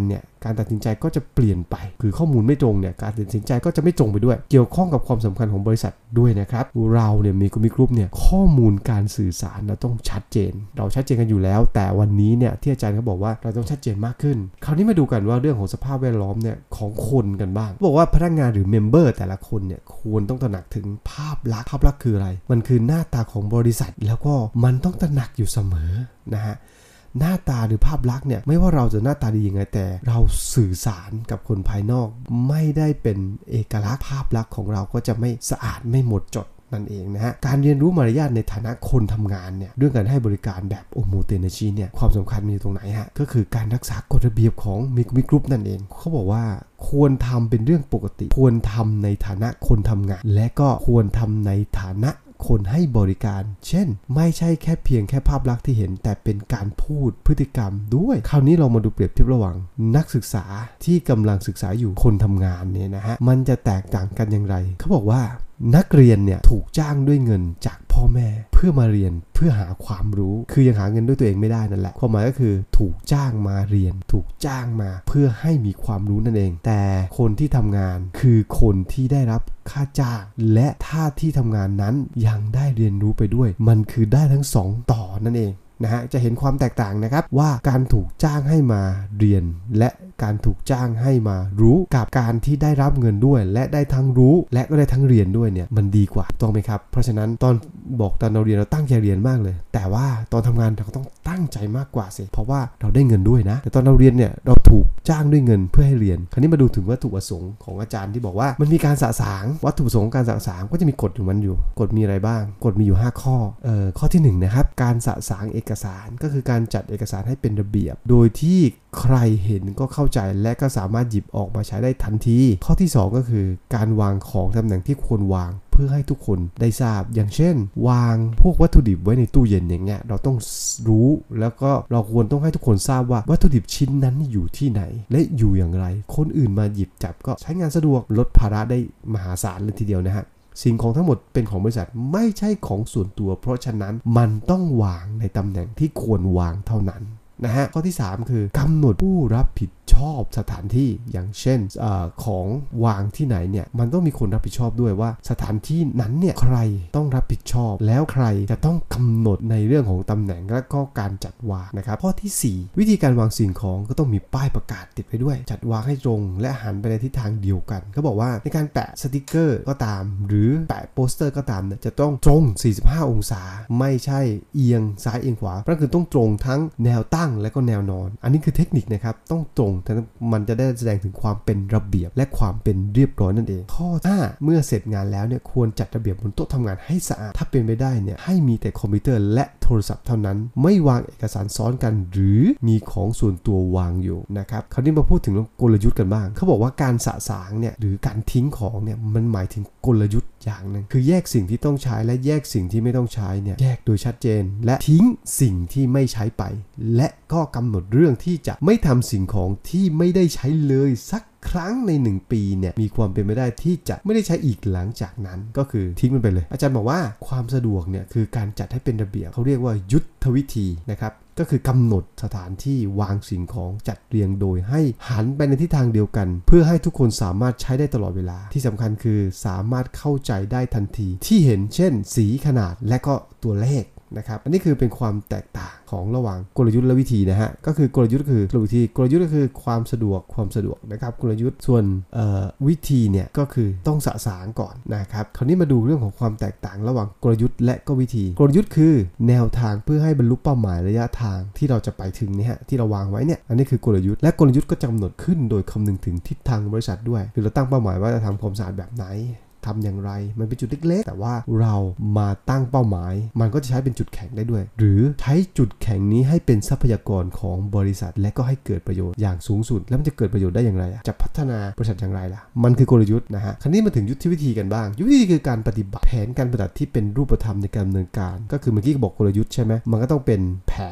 การตัดสินใจก็จะเปลี่ยนไปคือข้อมูลไม่ตรงเนี่ยการตัดสินใจก็จะไม่ตรงไปด้วยเกี่ยวข้องกับความสำคัญของบริษัทด้วยนะครับเราเนี่ยมีกลุ่มกลุ่มเนี่ยข้อมูลการสื่อสารเราต้องชัดเจนเราชัดเจนกันอยู่แล้วแต่วันนี้เนี่ยที่อาจารย์เขาบอกว่าเราต้องชัดเจนมากขึ้นคราวนี้มาดูกันว่าเรื่องของสภาพแวดล้อมเนี่ยของคนกันบ้างบอกว่าพนักงานหรือเมมเบอร์แต่ละคนเนี่ยควรต้องตระหนักถึงภาพลักษณ์ภาพลักษณ์คืออะไรมันคือหน้าตาของบริษัทแล้วก็มันต้องตระหนักอยู่เสมอนะฮะหน้าตาหรือภาพลักษณ์เนี่ยไม่ว่าเราจะหน้าตาดียังไงแต่เราสื่อสารกับคนภายนอกไม่ได้เป็นเอกลักษณ์ภาพลักษณ์ของเราก็จะไม่สะอาดไม่หมดจดนั่นเองนะฮะการเรียนรู้มารยาทในฐานะคนทำงานเนี่ยเรื่องการให้บริการแบบโอโมเตเนชิเนี่ยความสำคัญมีอยู่ตรงไหนฮะก็คือการรักษากฎระเบียบของมิกมิกรุ๊ปนั่นเองเขาบอกว่าควรทำเป็นเรื่องปกติควรทำในฐานะคนทำงานและก็ควรทำในฐานะคนให้บริการเช่นไม่ใช่แค่เพียงแค่ภาพลักษณ์ที่เห็นแต่เป็นการพูดพฤติกรรมด้วยคราวนี้เรามาดูเปรียบเทียบระหว่างนักศึกษาที่กำลังศึกษาอยู่คนทำงานเนี่ยนะฮะมันจะแตกต่างกันอย่างไรเขาบอกว่านักเรียนเนี่ยถูกจ้างด้วยเงินจากพ่อแม่เพื่อมาเรียนเพื่อหาความรู้คือยังหาเงินด้วยตัวเองไม่ได้นั่นแหละความหมายก็คือถูกจ้างมาเรียนถูกจ้างมาเพื่อให้มีความรู้นั่นเองแต่คนที่ทำงานคือคนที่ได้รับค่าจ้างและถ้าที่ทำงานนั้นยังได้เรียนรู้ไปด้วยมันคือได้ทั้งสองต่อนั่นเองนะฮะจะเห็นความแตกต่างนะครับว่าการถูกจ้างให้มาเรียนและการถูกจ้างให้มารู้กับการที่ได้รับเงินด้วยและได้ทั้งรู้และก็ได้ทั้งเรียนด้วยเนี่ยมันดีกว่าต้องไหมครับเพราะฉะนั้นตอนบอกตอนเราเรียนเราตั้งใจเรียนมากเลยแต่ว่าตอนทำงานเราต้องตั้งใจมากกว่าสิเพราะว่าเราได้เงินด้วยนะแต่ตอนเราเรียนเนี่ยเราถูกจ้างด้วยเงินเพื่อให้เรียนคราวนี้มาดูถึงวัตถุประสงค์ของอาจารย์ที่บอกว่ามันมีการสะสางวัตถุประสงค์ของการสะสางก็จะมีกฎอยู่มันอยู่กฎมีอะไรบ้างกฎมีอยู่ห้าข้อเอ่อข้อที่หนึ่งนะครับการสะสางเอกสารก็คือการจัดเอกสารให้เป็นระเบียบโดยที่ใครเห็นก็เข้าใจและก็สามารถหยิบออกมาใช้ได้ทันทีข้อที่สองก็คือการวางของตำแหน่งที่ควรวางเพื่อให้ทุกคนได้ทราบอย่างเช่นวางพวกวัตถุดิบไว้ในตู้เย็นอย่างเงี้ยเราต้องรู้แล้วก็เราควรต้องให้ทุกคนทราบว่าวัตถุดิบชิ้นนั้นอยู่ที่ไหนและอยู่อย่างไรคนอื่นมาหยิบจับก็ใช้งานสะดวกลดภาระได้มหาศาลเลยทีเดียวนะฮะสิ่งของทั้งหมดเป็นของบริษัทไม่ใช่ของส่วนตัวเพราะฉะนั้นมันต้องวางในตำแหน่งที่ควรวางเท่านั้นนะฮะข้อที่สามคือกำหนดผู้รับผิดชอบสถานที่อย่างเช่นเออของวางที่ไหนเนี่ยมันต้องมีคนรับผิดชอบด้วยว่าสถานที่นั้นเนี่ยใครต้องรับผิดชอบแล้วใครจะต้องกำหนดในเรื่องของตำแหน่งและก็การจัดวางนะครับข้อที่สี่วิธีการวางสิ่งของก็ต้องมีป้ายประกาศติดไว้ด้วยจัดวางให้ตรงและหันไปในทิศทางเดียวกันเขาบอกว่าในการแปะสติกเกอร์ก็ตามหรือแปะโปสเตอร์ก็ตามเนี่ยจะต้องตรงสี่สิบห้าองศาไม่ใช่เอียงซ้ายเอียงขวาก็คือต้องตรงทั้งแนวตั้งและก็แนวนอนอันนี้คือเทคนิคนะครับต้องตรงแต่มันจะได้แสดงถึงความเป็นระเบียบและความเป็นเรียบร้อยนั่นเองข้อห้าเมื่อเสร็จงานแล้วเนี่ยควรจัดระเบียบบนโต๊ะทำงานให้สะอาดถ้าเป็นไปได้เนี่ยให้มีแต่คอมพิวเตอร์และโทรศัพท์เท่านั้นไม่วางเอกสารซ้อนกันหรือมีของส่วนตัววางอยู่นะครับคราวนี้มาพูดถึงกลยุทธ์กันบ้างเขาบอกว่าการสะสางเนี่ยหรือการทิ้งของเนี่ยมันหมายถึงกลยุทธ์อย่างนึงคือแยกสิ่งที่ต้องใช้และแยกสิ่งที่ไม่ต้องใช้เนี่ยแยกโดยชัดเจนและทิ้งสิ่งที่ไม่ใช้ไปและก็กำหนดเรื่องที่จะไม่ทำสิ่งของที่ไม่ได้ใช้เลยสักครั้งในหนึ่งปีเนี่ยมีความเป็นไปได้ที่จะไม่ได้ใช้อีกหลังจากนั้นก็คือทิ้งมันไปเลยอาจารย์บอกว่าความสะดวกเนี่ยคือการจัดให้เป็นระเบียบเขาเรียกว่ายุทธวิธีนะครับก็คือกำหนดสถานที่วางสิ่งของจัดเรียงโดยให้หันไปในทิศทางเดียวกันเพื่อให้ทุกคนสามารถใช้ได้ตลอดเวลาที่สำคัญคือสามารถเข้าใจได้ทันทีที่เห็นเช่นสีขนาดและก็ตัวเลขนะครับอันนี้คือเป็นความแตกต่างของระหว่างกลยุทธ์และวิธีนะฮะก็คือกลยุทธ์คือกลวิธีกลยุทธ์ก็คือความสะดวกความสะดวกนะครับกลยุทธ์ส่วนวิธีเนี่ยก็คือต้องสะสางก่อนนะครับคราวนี้มาดูเรื่องของความแตกต่างระหว่างกลยุทธ์และก็วิธีกลยุทธ์คือแนวทางเพื่อให้บรรลุเป้าหมายระยะทางที่เราจะไปถึงเนี่ยฮะที่เราวางไว้เนี่ยอันนี้คือกลยุทธ์และกลยุทธ์ก็กำหนดขึ้นโดยคำนึงถึงทิศทางบริษัทด้วยคือเราตั้งเป้าหมายว่าจะทำความสะอาดแบบไหนทำอย่างไรมันเป็นจุดเล็กๆแต่ว่าเรามาตั้งเป้าหมายมันก็จะใช้เป็นจุดแข็งได้ด้วยหรือใช้จุดแข็งนี้ให้เป็นทรัพยากรของบริษัทและก็ให้เกิดประโยชน์อย่างสูงสุดแล้วมันจะเกิดประโยชน์ได้อย่างไรจะพัฒนาบริษัทอย่างไรล่ะมันคือกลยุทธ์นะฮะคราวนี้มาถึงยุทธวิธีกันบ้างยุทธวิธีคือการปฏิบัติแผนการปฏิบัติที่เป็นรูปธรรมในการดำเนินการก็คือเมื่อกี้บอกกลยุทธ์ใช่ไหมมันก็ต้องเป็นแผนละแ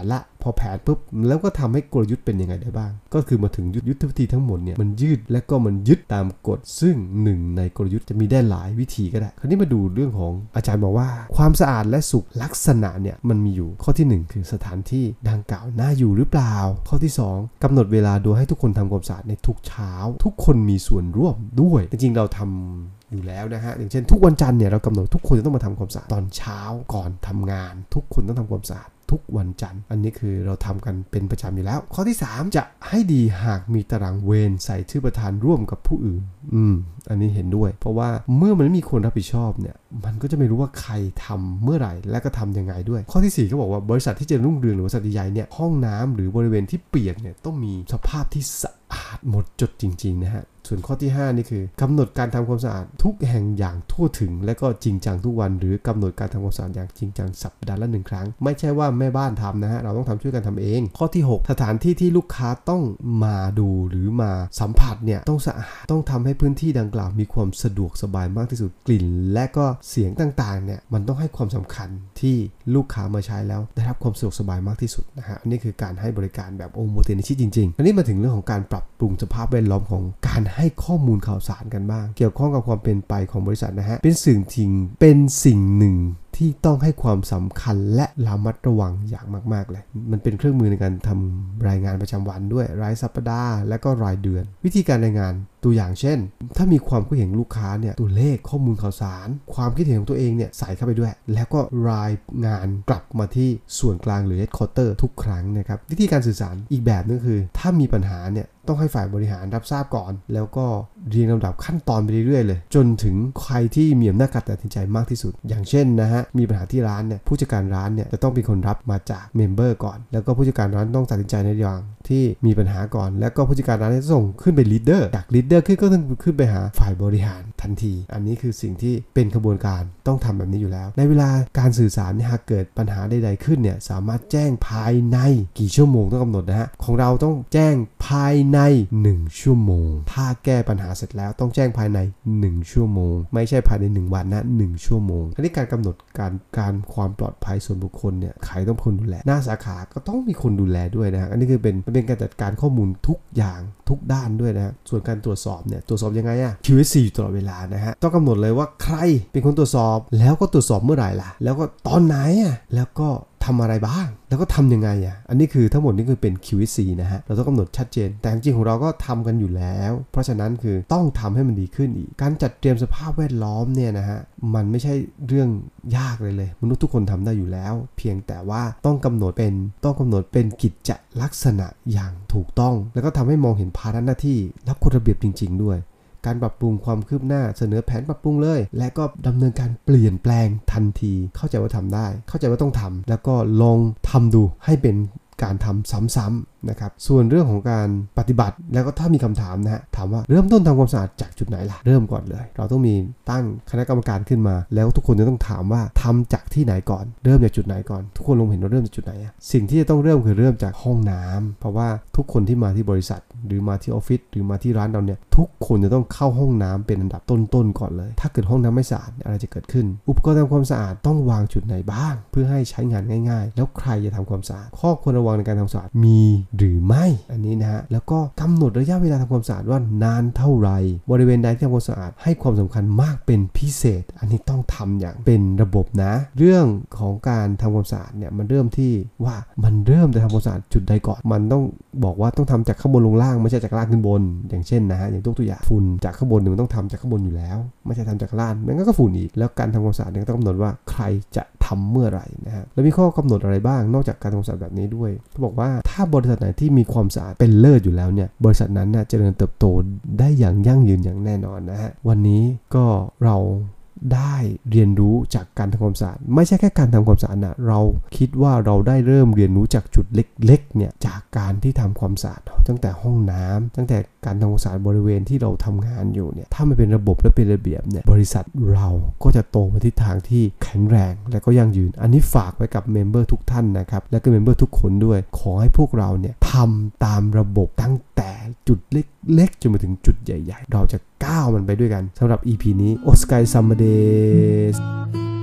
พอแผนปุ๊บแล้วก็ทำให้กลยุทธ์เป็นยังไงได้บ้างก็คือมาถึงยุทธวิธีทั้งหมดเนี่ยมันยืดและก็มันยึดตามกฎซึ่งหนึ่งในกลยุทธ์จะมีได้หลายวิธีก็ได้คราวนี้มาดูเรื่องของอาจารย์บอกว่าความสะอาดและสุขลักษณะเนี่ยมันมีอยู่ข้อที่หนึ่งคือสถานที่ดังกล่าวน่าอยู่หรือเปล่าข้อที่สองกำหนดเวลาโดยให้ทุกคนทำความสะอาดในทุกเช้าทุกคนมีส่วนร่วมด้วยจริงๆเราทำอยู่แล้วนะฮะอย่างเช่นทุกวันจันทร์เนี่ยเรากำหนดทุกคนจะต้องมาทำความสะอาดตอนเช้าก่อนทำงานทุกคนต้องทำความสะอาดทุกวันจันทร์อันนี้คือเราทำกันเป็นประจำอยู่แล้วข้อที่สามจะให้ดีหากมีตารางเวรใส่ชื่อประธานร่วมกับผู้อื่นอืมอันนี้เห็นด้วยเพราะว่าเมื่อมันไม่มีคนรับผิดชอบเนี่ยมันก็จะไม่รู้ว่าใครทำเมื่อไหร่และก็ทำยังไงด้วยข้อที่สี่ก็บอกว่าบริษัทที่จะรุ่งเรืองหรือบริษัทใหญ่เนี่ยห้องน้ำหรือบริเวณที่เปียกเนี่ยต้องมีสภาพที่สะอาดหมดจดจริงๆนะฮะส่วนข้อที่ห้านี่คือกำหนดการทำความสะอาดทุกแห่งอย่างทั่วถึงและก็จริงจังทุกวันหรือกำหนดการทำความสะอาดอย่างจริงจังสัปดาห์ละหนึ่งครั้งไม่ใช่ว่าแม่บ้านทำนะฮะเราต้องทำช่วยกันทำเองข้อที่หกสถานที่ที่ลูกค้าต้องมาดูหรือมาสัมผัสเนี่ยต้องสะอาดต้องทำให้พื้นที่ดังกล่าวมีความสะดวกสบายมากที่สุดกลิ่นและก็เสียงต่างๆเนี่ยมันต้องให้ความสำคัญที่ลูกค้ามาใช้แล้วได้รับความสะดวกสบายมากที่สุดนะฮะอันนี้คือการให้บริการแบบโอโมเทนิชิจริงๆอันนี้มาถึงเรื่องของการปรับปรุงสภาพแวดล้อมของการให้ข้อมูลข่าวสารกันบ้างเกี่ยวข้องกับความเป็นไปของบริษัทนะฮะเป็นสิ่งทิ้งเป็นสิ่งหนึ่งที่ต้องให้ความสำคัญและระมัดระวังอย่างมากๆเลยมันเป็นเครื่องมือในการทำรายงานประจำวันด้วยรายสัปดาห์และก็รายเดือนวิธีการรายงานตัวอย่างเช่นถ้ามีความคิดเห็นลูกค้าเนี่ยตัวเลขข้อมูลข่าวสารความคิดเห็นของตัวเองเนี่ยใส่เข้าไปด้วยแล้วก็รายงานกลับมาที่ส่วนกลางหรือ headquarter ทุกครั้งนะครับวิธีการสื่อสารอีกแบบนึงคือถ้ามีปัญหาเนี่ยต้องให้ฝ่ายบริหารรับทราบก่อนแล้วก็เรียงลำดับขั้นตอนไปเรื่อยๆเลยจนถึงใครที่มีอำนาจการตัดสินใจมากที่สุดอย่างเช่นนะฮะมีปัญหาที่ร้านเนี่ยผู้จัดการร้านเนี่ยจะต้องเป็นคนรับมาจากเมมเบอร์ก่อนแล้วก็ผู้จัดการร้านต้องตัดสินใจในอย่างที่มีปัญหาก่อนแล้วก็ผู้จัดการร้านจะส่งขึ้นไปลีดเดอร์จากลีดเดอร์ขึ้นก็ต้องขึ้นไปหาฝ่ายบริหารทันทีอันนี้คือสิ่งที่เป็นกระบวนการต้องทำแบบนี้อยู่แล้วในเวลาการสื่อสารเนี่ยหากเกิดปัญหาใดๆขึ้นเนี่ยสามารถแจ้งภายในกี่ชั่วโมงต้องกำหนดนะฮะของเราต้องแจ้งภายในหนึ่งชั่วโมงถ้าแก้ปัญหาเสร็จแล้วต้องแจ้งภายในหนึ่งชั่วโมงไม่ใช่ภายในหนึ่งวันนะหนึ่งชั่วโมงอันนี้การกำหนดการการความปลอดภัยส่วนบุคคลเนี่ยใครต้องคนดูแลหน้าสาขาก็ต้องมีคนดูแลด้วยนะฮะอันนี้คือเป็นเป็นการจัดการข้อมูลทุกอย่างทุกด้านด้วยนะฮะส่วนการตรวจสอบเนี่ยตรวจสอบยังไงอะ คิว เอส ซี อยู่ตลอดเวลานะฮะต้องกำหนดเลยว่าใครเป็นคนตรวจสอบแล้วก็ตรวจสอบเมื่อไหร่ล่ะแล้วก็ตอนไหนอะแล้วก็ทำอะไรบ้างแล้วก็ทำยังไงอ่ะอันนี้คือทั้งหมดนี่คือเป็น คิว เอส ซี นะฮะเราต้องกำหนดชัดเจนแต่จริงๆของเราก็ทำกันอยู่แล้วเพราะฉะนั้นคือต้องทำให้มันดีขึ้นอีกการจัดเตรียมสภาพแวดล้อมเนี่ยนะฮะมันไม่ใช่เรื่องยากเลยเลยมนุษย์ทุกคนทำได้อยู่แล้วเพียงแต่ว่าต้องกำหนดเป็นต้องกำหนดเป็นกิจลักษณะอย่างถูกต้องแล้วก็ทำให้มองเห็นภาระหน้าที่และกฎระเบียบจริงๆด้วยการปรับปรุงความคืบหน้าเสนอแผนปรับปรุงเลยและก็ดำเนินการเปลี่ยนแปลงทันทีเข้าใจว่าทำได้เข้าใจว่าต้องทำแล้วก็ลองทำดูให้เป็นการทำซ้ำๆนะครับส่วนเรื่องของการปฏิบัติแล้วก็ถ้ามีคำถามนะฮะถามว่าเริ่มต้นทำความสะอาดจากจุดไหนล่ะเริ่มก่อนเลยเราต้องมีตั้งคณะกรรมการขึ้นมาแล้วทุกคนจะต้องถามว่าทำจากที่ไหนก่อนเริ่มจากจุดไหนก่อนทุกคนลงเห็นว่าเริ่มจากจุดไหนอะสิ่งที่จะต้องเริ่มคือเริ่มจากห้องน้ำเพราะว่าทุกคนที่มาที่บริษัทหรือมาที่ออฟฟิศหรือมาที่ร้านเราเนี่ยทุกคนจะต้องเข้าห้องน้ำเป็นอันดับต้นๆก่อนเลยถ้าเกิดห้องน้ำไม่สะอาดอะไรจะเกิดขึ้นอุปกรณ์ทำความสะอาดต้องวางจุดไหนบ้างเพื่อให้ใช้งานง่ายๆแล้วใครจะทำความสะอาดข้อควรระวังในการทำความสะอาดมีหรือไม่อันนี้นะฮะแล้วก็กำหนดระยะเวลาทำความสะอาดว่านานเท่าไหร่บริเวณใดที่ทำความสะอาดให้ความสำคัญมากเป็นพิเศษอันนี้ต้องทำอย่างเป็นระบบนะเรื่องของการทำความสะอาดเนี่ยมันเริ่มที่ว่ามันเริ่มจะทำความสะอาดจุดใดก่อนมันต้องบอกว่าต้องทำจากข้างบนลงล่างไม่ใช่จากล่างขึ้นบนอย่างเช่นนะฮะอย่างตัวอย่างฝุ่นจากข้างบนเนี่ยมันต้องทำจากข้างบนอยู่แล้วไม่ใช่ทำจากล่างมันก็ฝุ่นอีกแล้วการทำความสะอาดเนี่ยต้องกำหนดว่าใครจะทำเมื่อไหร่นะฮะแล้วมีข้อกำหนดอะไรบ้างนอกจากการทำความสะอาดแบบนี้ด้วยเขาบอกว่าถ้าบริษัทไหนที่มีความสะอาดเป็นเลิศอยู่แล้วเนี่ยบริษัทนั้นน่ะเจริญเติบโตได้อย่างยั่งยืนอย่างแน่นอนนะฮะวันนี้ก็เราได้เรียนรู้จากการทำความสะอาดไม่ใช่แค่การทำความสะอาดนะเราคิดว่าเราได้เริ่มเรียนรู้จากจุดเล็กๆเนี่ยจากการที่ทำความสะอาดตั้งแต่ห้องน้ำตั้งแต่การทำความสะอาดบริเวณที่เราทำงานอยู่เนี่ยถ้ามันเป็นระบบและเป็นระเบียบเนี่ยบริษัทเราก็จะโตไปทิศทางที่แข็งแรงและก็ยั่งยืนอันนี้ฝากไว้กับเมมเบอร์ทุกท่านนะครับและก็เมมเบอร์ทุกคนด้วยขอให้พวกเราเนี่ยทำตามระบบตั้งแต่จุดเล็กๆจนมาถึงจุดใหญ่ๆเราจะก้าวมันไปด้วยกันสำหรับ อี พี นี้โอสกายซัมเดย์